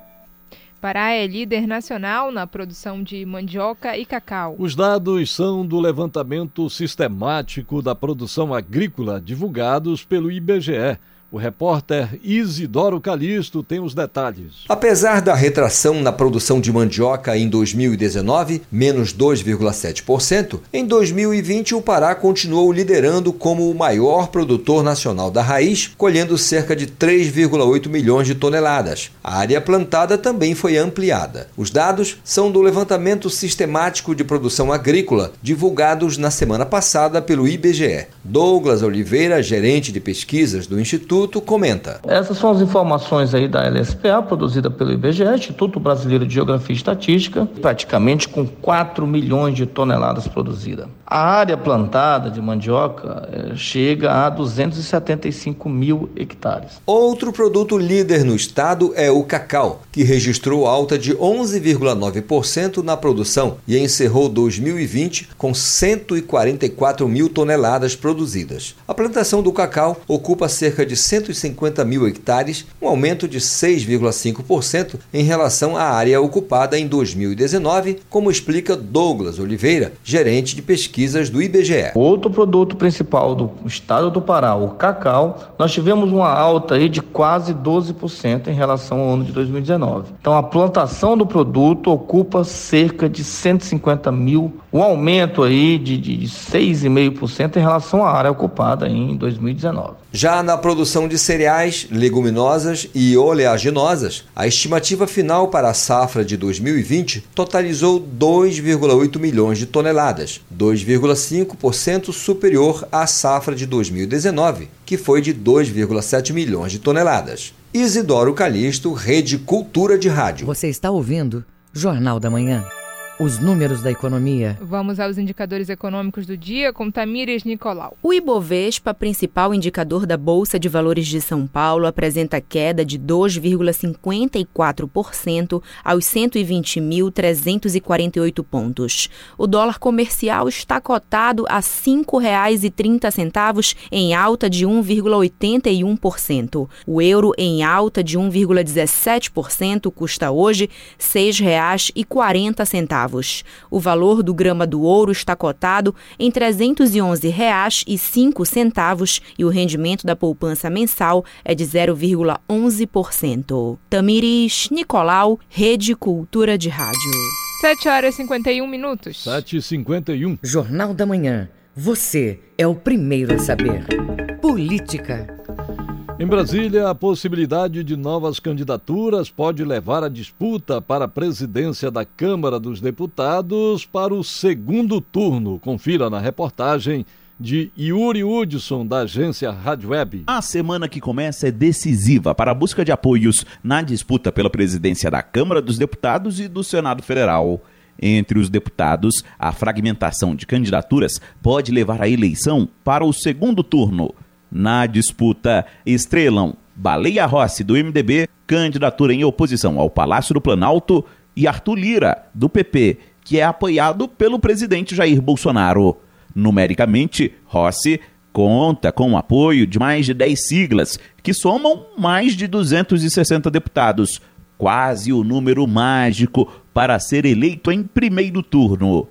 Pará é líder nacional na produção de mandioca e cacau. Os dados são do levantamento sistemático da produção agrícola divulgados pelo I B G E. O repórter Isidoro Calixto tem os detalhes. Apesar da retração na produção de mandioca em dois mil e dezenove, menos dois vírgula sete por cento, em dois mil e vinte o Pará continuou liderando como o maior produtor nacional da raiz, colhendo cerca de três vírgula oito milhões de toneladas. A área plantada também foi ampliada. Os dados são do levantamento sistemático de produção agrícola, divulgados na semana passada pelo I B G E. Douglas Oliveira, gerente de pesquisas do Instituto, comenta. Essas são as informações aí da L S P A, produzida pelo I B G E, Instituto Brasileiro de Geografia e Estatística, praticamente com quatro milhões de toneladas produzidas. A área plantada de mandioca eh, chega a duzentos e setenta e cinco mil hectares. Outro produto líder no estado é o cacau, que registrou alta de onze vírgula nove por cento na produção e encerrou dois mil e vinte com cento e quarenta e quatro mil toneladas produzidas. A plantação do cacau ocupa cerca de cento e cinquenta mil hectares, um aumento de seis vírgula cinco por cento em relação à área ocupada em dois mil e dezenove, como explica Douglas Oliveira, gerente de pesquisas do I B G E. Outro produto principal do estado do Pará, o cacau, nós tivemos uma alta aí de quase doze por cento em relação ao ano de dois mil e dezenove. Então a plantação do produto ocupa cerca de cento e cinquenta mil, um aumento aí de, de, de seis vírgula cinco por cento em relação à área ocupada em dois mil e dezenove. Já na produção de cereais, leguminosas e oleaginosas, a estimativa final para a safra de dois mil e vinte totalizou dois vírgula oito milhões de toneladas, dois vírgula cinco por cento superior à safra de dois mil e dezenove, que foi de dois vírgula sete milhões de toneladas. Isidoro Calixto, Rede Cultura de Rádio. Você está ouvindo Jornal da Manhã. Os números da economia. Vamos aos indicadores econômicos do dia com Tamires Nicolau. O Ibovespa, principal indicador da Bolsa de Valores de São Paulo, apresenta queda de dois vírgula cinquenta e quatro por cento aos cento e vinte mil trezentos e quarenta e oito pontos. O dólar comercial está cotado a cinco reais e trinta centavos, em alta de um vírgula oitenta e um por cento. O euro, em alta de um vírgula dezessete por cento, custa hoje seis reais e quarenta centavos. O valor do grama do ouro está cotado em trezentos e onze reais e cinco centavos e o rendimento da poupança mensal é de zero vírgula onze por cento. Tamires Nicolau, Rede Cultura de Rádio. sete horas e cinquenta e um minutos. sete e cinquenta e um. Jornal da Manhã. Você é o primeiro a saber. Política. Em Brasília, a possibilidade de novas candidaturas pode levar a disputa para a presidência da Câmara dos Deputados para o segundo turno. Confira na reportagem de Yuri Hudson, da agência Rádio Web. A semana que começa é decisiva para a busca de apoios na disputa pela presidência da Câmara dos Deputados e do Senado Federal. Entre os deputados, a fragmentação de candidaturas pode levar à eleição para o segundo turno. Na disputa, estrelam Baleia Rossi, do M D B, candidatura em oposição ao Palácio do Planalto, e Arthur Lira, do P P, que é apoiado pelo presidente Jair Bolsonaro. Numericamente, Rossi conta com o apoio de mais de dez siglas, que somam mais de duzentos e sessenta deputados, quase o número mágico para ser eleito em primeiro turno.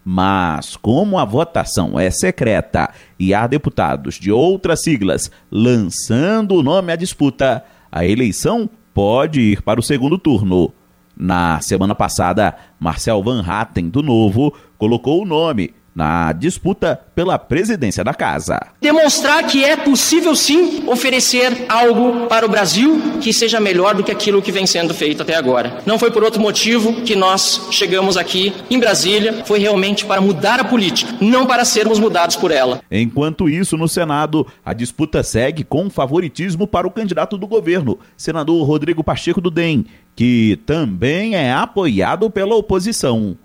Mas, como a votação é secreta e há deputados de outras siglas lançando o nome à disputa, a eleição pode ir para o segundo turno. Na semana passada, Marcel Van Hatten, do Novo, colocou o nome na disputa pela presidência da casa. Demonstrar que é possível sim oferecer algo para o Brasil que seja melhor do que aquilo que vem sendo feito até agora. Não foi por outro motivo que nós chegamos aqui em Brasília, foi realmente para mudar a política, não para sermos mudados por ela. Enquanto isso, no Senado, a disputa segue com favoritismo para o candidato do governo, senador Rodrigo Pacheco do D E M, que também é apoiado pela oposição.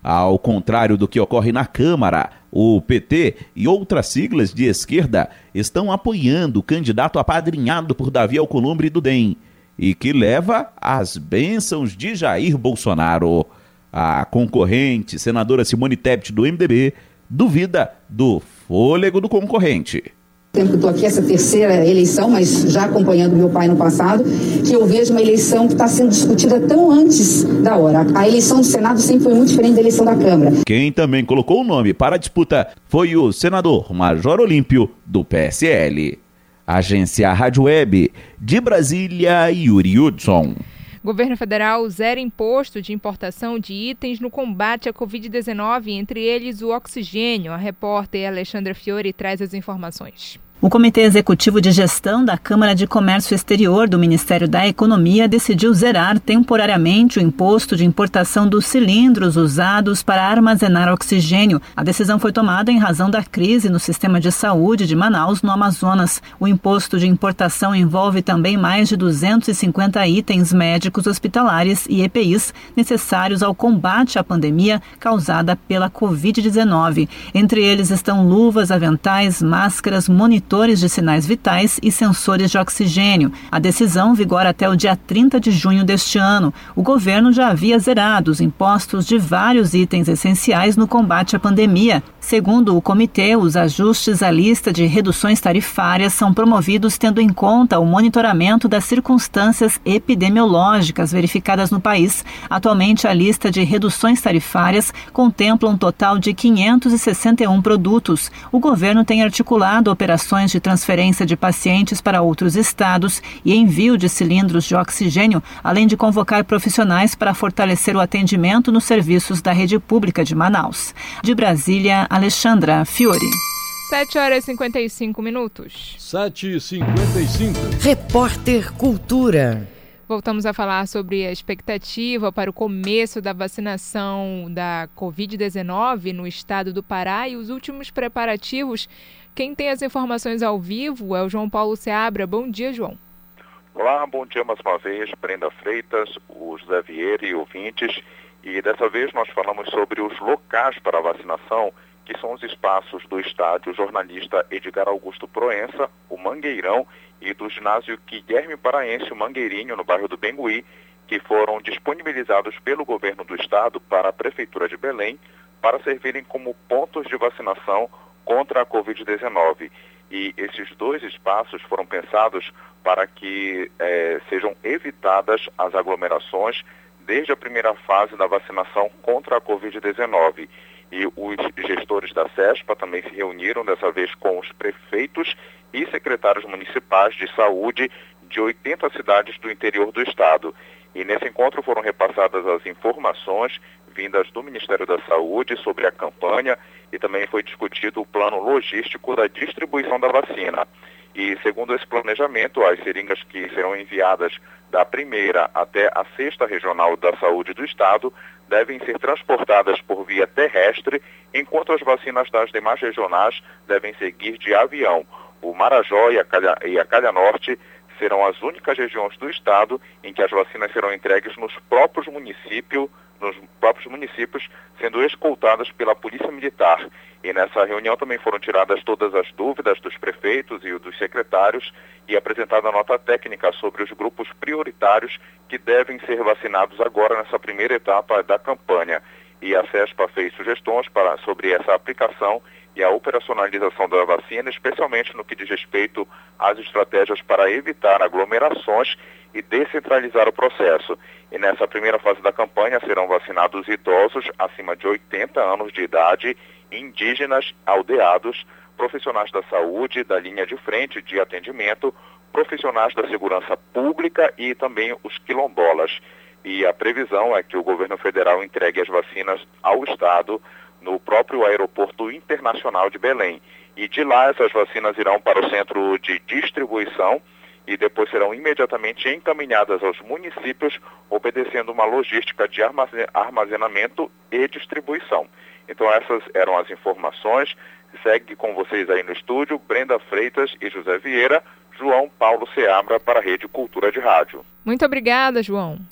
Ao contrário do que ocorre na Câmara, o P T e outras siglas de esquerda estão apoiando o candidato apadrinhado por Davi Alcolumbre do D E M e que leva as bênçãos de Jair Bolsonaro. A concorrente, senadora Simone Tebet, do M D B, duvida do fôlego do concorrente. Tempo que estou aqui, essa terceira eleição, mas já acompanhando meu pai no passado, que eu vejo uma eleição que está sendo discutida tão antes da hora. A eleição do Senado sempre foi muito diferente da eleição da Câmara. Quem também colocou o nome para a disputa foi o senador Major Olímpio, do P S L. Agência Rádio Web, de Brasília, Yuri Hudson. Governo federal zera imposto de importação de itens no combate à covid dezenove, entre eles o oxigênio. A repórter Alexandra Fiore traz as informações. O Comitê Executivo de Gestão da Câmara de Comércio Exterior do Ministério da Economia decidiu zerar temporariamente o imposto de importação dos cilindros usados para armazenar oxigênio. A decisão foi tomada em razão da crise no sistema de saúde de Manaus, no Amazonas. O imposto de importação envolve também mais de duzentos e cinquenta itens médicos hospitalares e E P Is necessários ao combate à pandemia causada pela covid dezenove. Entre eles estão luvas, aventais, máscaras, monitores de sinais vitais e sensores de oxigênio. A decisão vigora até o dia trinta de junho deste ano. O governo já havia zerado os impostos de vários itens essenciais no combate à pandemia. Segundo o comitê, os ajustes à lista de reduções tarifárias são promovidos tendo em conta o monitoramento das circunstâncias epidemiológicas verificadas no país. Atualmente, a lista de reduções tarifárias contempla um total de quinhentos e sessenta e um produtos. O governo tem articulado operações de transferência de pacientes para outros estados e envio de cilindros de oxigênio, além de convocar profissionais para fortalecer o atendimento nos serviços da rede pública de Manaus. De Brasília, Alexandra Fiore. sete horas e cinquenta e cinco minutos. sete e cinquenta e cinco. Repórter Cultura. Voltamos a falar sobre a expectativa para o começo da vacinação da covid dezenove no estado do Pará e os últimos preparativos. Quem tem as informações ao vivo é o João Paulo Seabra. Bom dia, João. Olá, bom dia mais uma vez, Brenda Freitas, o José Vieira e ouvintes. E dessa vez nós falamos sobre os locais para vacinação, que são os espaços do estádio jornalista Edgar Augusto Proença, o Mangueirão, e do ginásio Guilherme Paraense, o Mangueirinho, no bairro do Bengui, que foram disponibilizados pelo governo do estado para a Prefeitura de Belém para servirem como pontos de vacinação contra a covid dezenove. E esses dois espaços foram pensados para que eh, sejam evitadas as aglomerações desde a primeira fase da vacinação contra a covid dezenove. E os gestores da CESPA também se reuniram dessa vez com os prefeitos e secretários municipais de saúde de oitenta cidades do interior do estado. E nesse encontro foram repassadas as informações vindas do Ministério da Saúde sobre a campanha e também foi discutido o plano logístico da distribuição da vacina. E segundo esse planejamento, as seringas que serão enviadas da primeira até a sexta regional da saúde do estado devem ser transportadas por via terrestre, enquanto as vacinas das demais regionais devem seguir de avião. O Marajó e a Calha, e a Calha Norte serão as únicas regiões do estado em que as vacinas serão entregues nos próprios municípios, nos próprios municípios, sendo escoltadas pela Polícia Militar. E nessa reunião também foram tiradas todas as dúvidas dos prefeitos e dos secretários e apresentada a nota técnica sobre os grupos prioritários que devem ser vacinados agora nessa primeira etapa da campanha. E a CESPA fez sugestões para, sobre essa aplicação e a operacionalização da vacina, especialmente no que diz respeito às estratégias para evitar aglomerações e descentralizar o processo. E nessa primeira fase da campanha serão vacinados idosos acima de oitenta anos de idade, indígenas, aldeados, profissionais da saúde, da linha de frente de atendimento, profissionais da segurança pública e também os quilombolas. E a previsão é que o governo federal entregue as vacinas ao estado no próprio aeroporto internacional de Belém. E de lá essas vacinas irão para o centro de distribuição e depois serão imediatamente encaminhadas aos municípios, obedecendo uma logística de armazenamento e distribuição. Então essas eram as informações. Segue com vocês aí no estúdio, Brenda Freitas e José Vieira, João Paulo Seabra para a Rede Cultura de Rádio. Muito obrigada, João.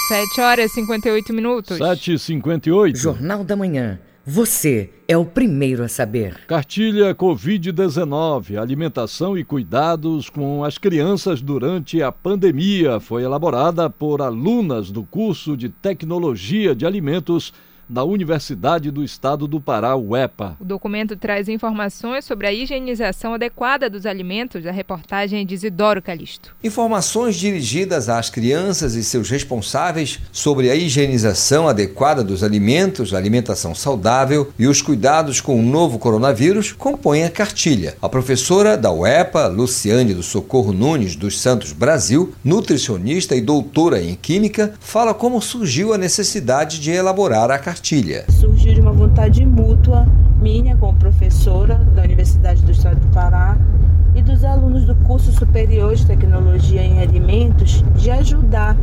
sete horas e cinquenta e oito minutos. sete e cinquenta e oito. Jornal da Manhã. Você é o primeiro a saber. Cartilha covid dezenove, alimentação e cuidados com as crianças durante a pandemia, foi elaborada por alunas do curso de Tecnologia de Alimentos da Universidade do Estado do Pará, U E P A. O documento traz informações sobre a higienização adequada dos alimentos. A reportagem é de Isidoro Calixto. Informações dirigidas às crianças e seus responsáveis sobre a higienização adequada dos alimentos, a alimentação saudável e os cuidados com o novo coronavírus compõem a cartilha. A professora da U E P A, Luciane do Socorro Nunes dos Santos Brasil, nutricionista e doutora em Química, fala como surgiu a necessidade de elaborar a cartilha. Surgiu de uma vontade mútua minha como professora da Universidade do Estado do Pará e dos alunos do curso superior de Tecnologia em Alimentos de ajudar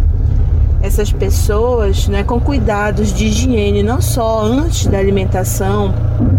essas pessoas, né, com cuidados de higiene, não só antes da alimentação,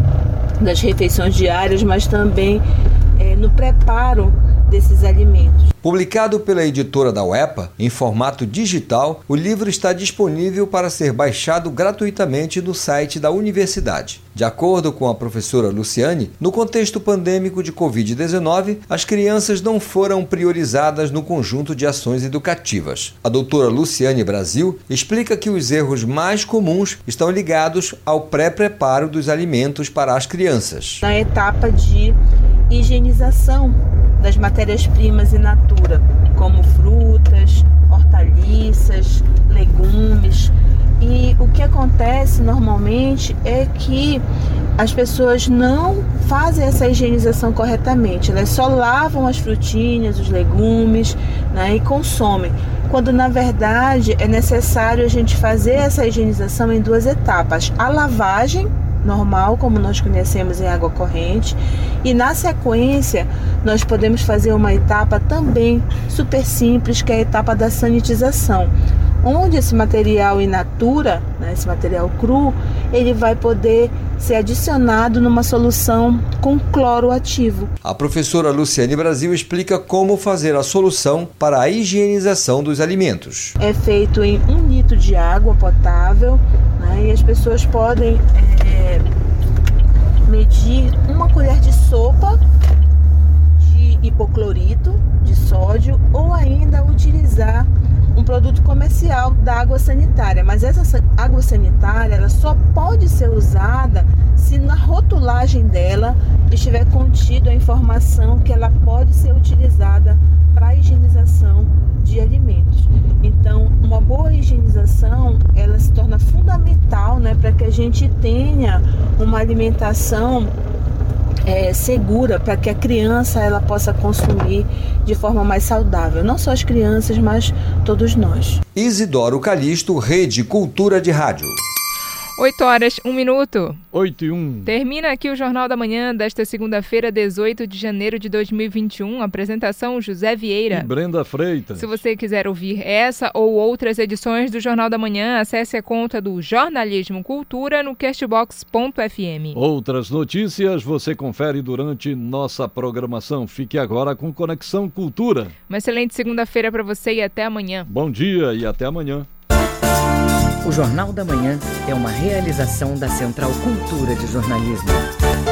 das refeições diárias, mas também é, no preparo desses alimentos. Publicado pela editora da U E P A, em formato digital, o livro está disponível para ser baixado gratuitamente no site da universidade. De acordo com a professora Luciane, no contexto pandêmico de covid dezenove, as crianças não foram priorizadas no conjunto de ações educativas. A doutora Luciane Brasil explica que os erros mais comuns estão ligados ao pré-preparo dos alimentos para as crianças. Na etapa de higienização das matérias-primas in natura, como frutas, hortaliças, legumes. E o que acontece normalmente é que as pessoas não fazem essa higienização corretamente. Elas só lavam as frutinhas, os legumes, né, e consomem. Quando na verdade é necessário a gente fazer essa higienização em duas etapas. A lavagem normal, como nós conhecemos em água corrente, e na sequência nós podemos fazer uma etapa também super simples, que é a etapa da sanitização, onde esse material in natura, né, esse material cru, ele vai poder ser adicionado numa solução com cloro ativo. A professora Luciane Brasil explica como fazer a solução para a higienização dos alimentos. É feito em um litro de água potável, né, e as pessoas podem é, medir uma colher de sopa de hipoclorito de sódio ou ainda utilizar um produto comercial da água sanitária, mas essa água sanitária ela só pode ser usada se na rotulagem dela estiver contido a informação que ela pode ser utilizada para a higienização de alimentos. Então, uma boa higienização ela se torna fundamental, né, para que a gente tenha uma alimentação É, segura, para que a criança ela possa consumir de forma mais saudável. Não só as crianças, mas todos nós. Isidoro Calixto, Rede Cultura de Rádio. oito horas, um minuto. oito e um. Termina aqui o Jornal da Manhã desta segunda-feira, dezoito de janeiro de dois mil e vinte e um. Apresentação José Vieira e Brenda Freitas. Se você quiser ouvir essa ou outras edições do Jornal da Manhã, acesse a conta do Jornalismo Cultura no castbox ponto f m. Outras notícias você confere durante nossa programação. Fique agora com Conexão Cultura. Uma excelente segunda-feira para você e até amanhã. Bom dia e até amanhã. O Jornal da Manhã é uma realização da Central Cultura de Jornalismo.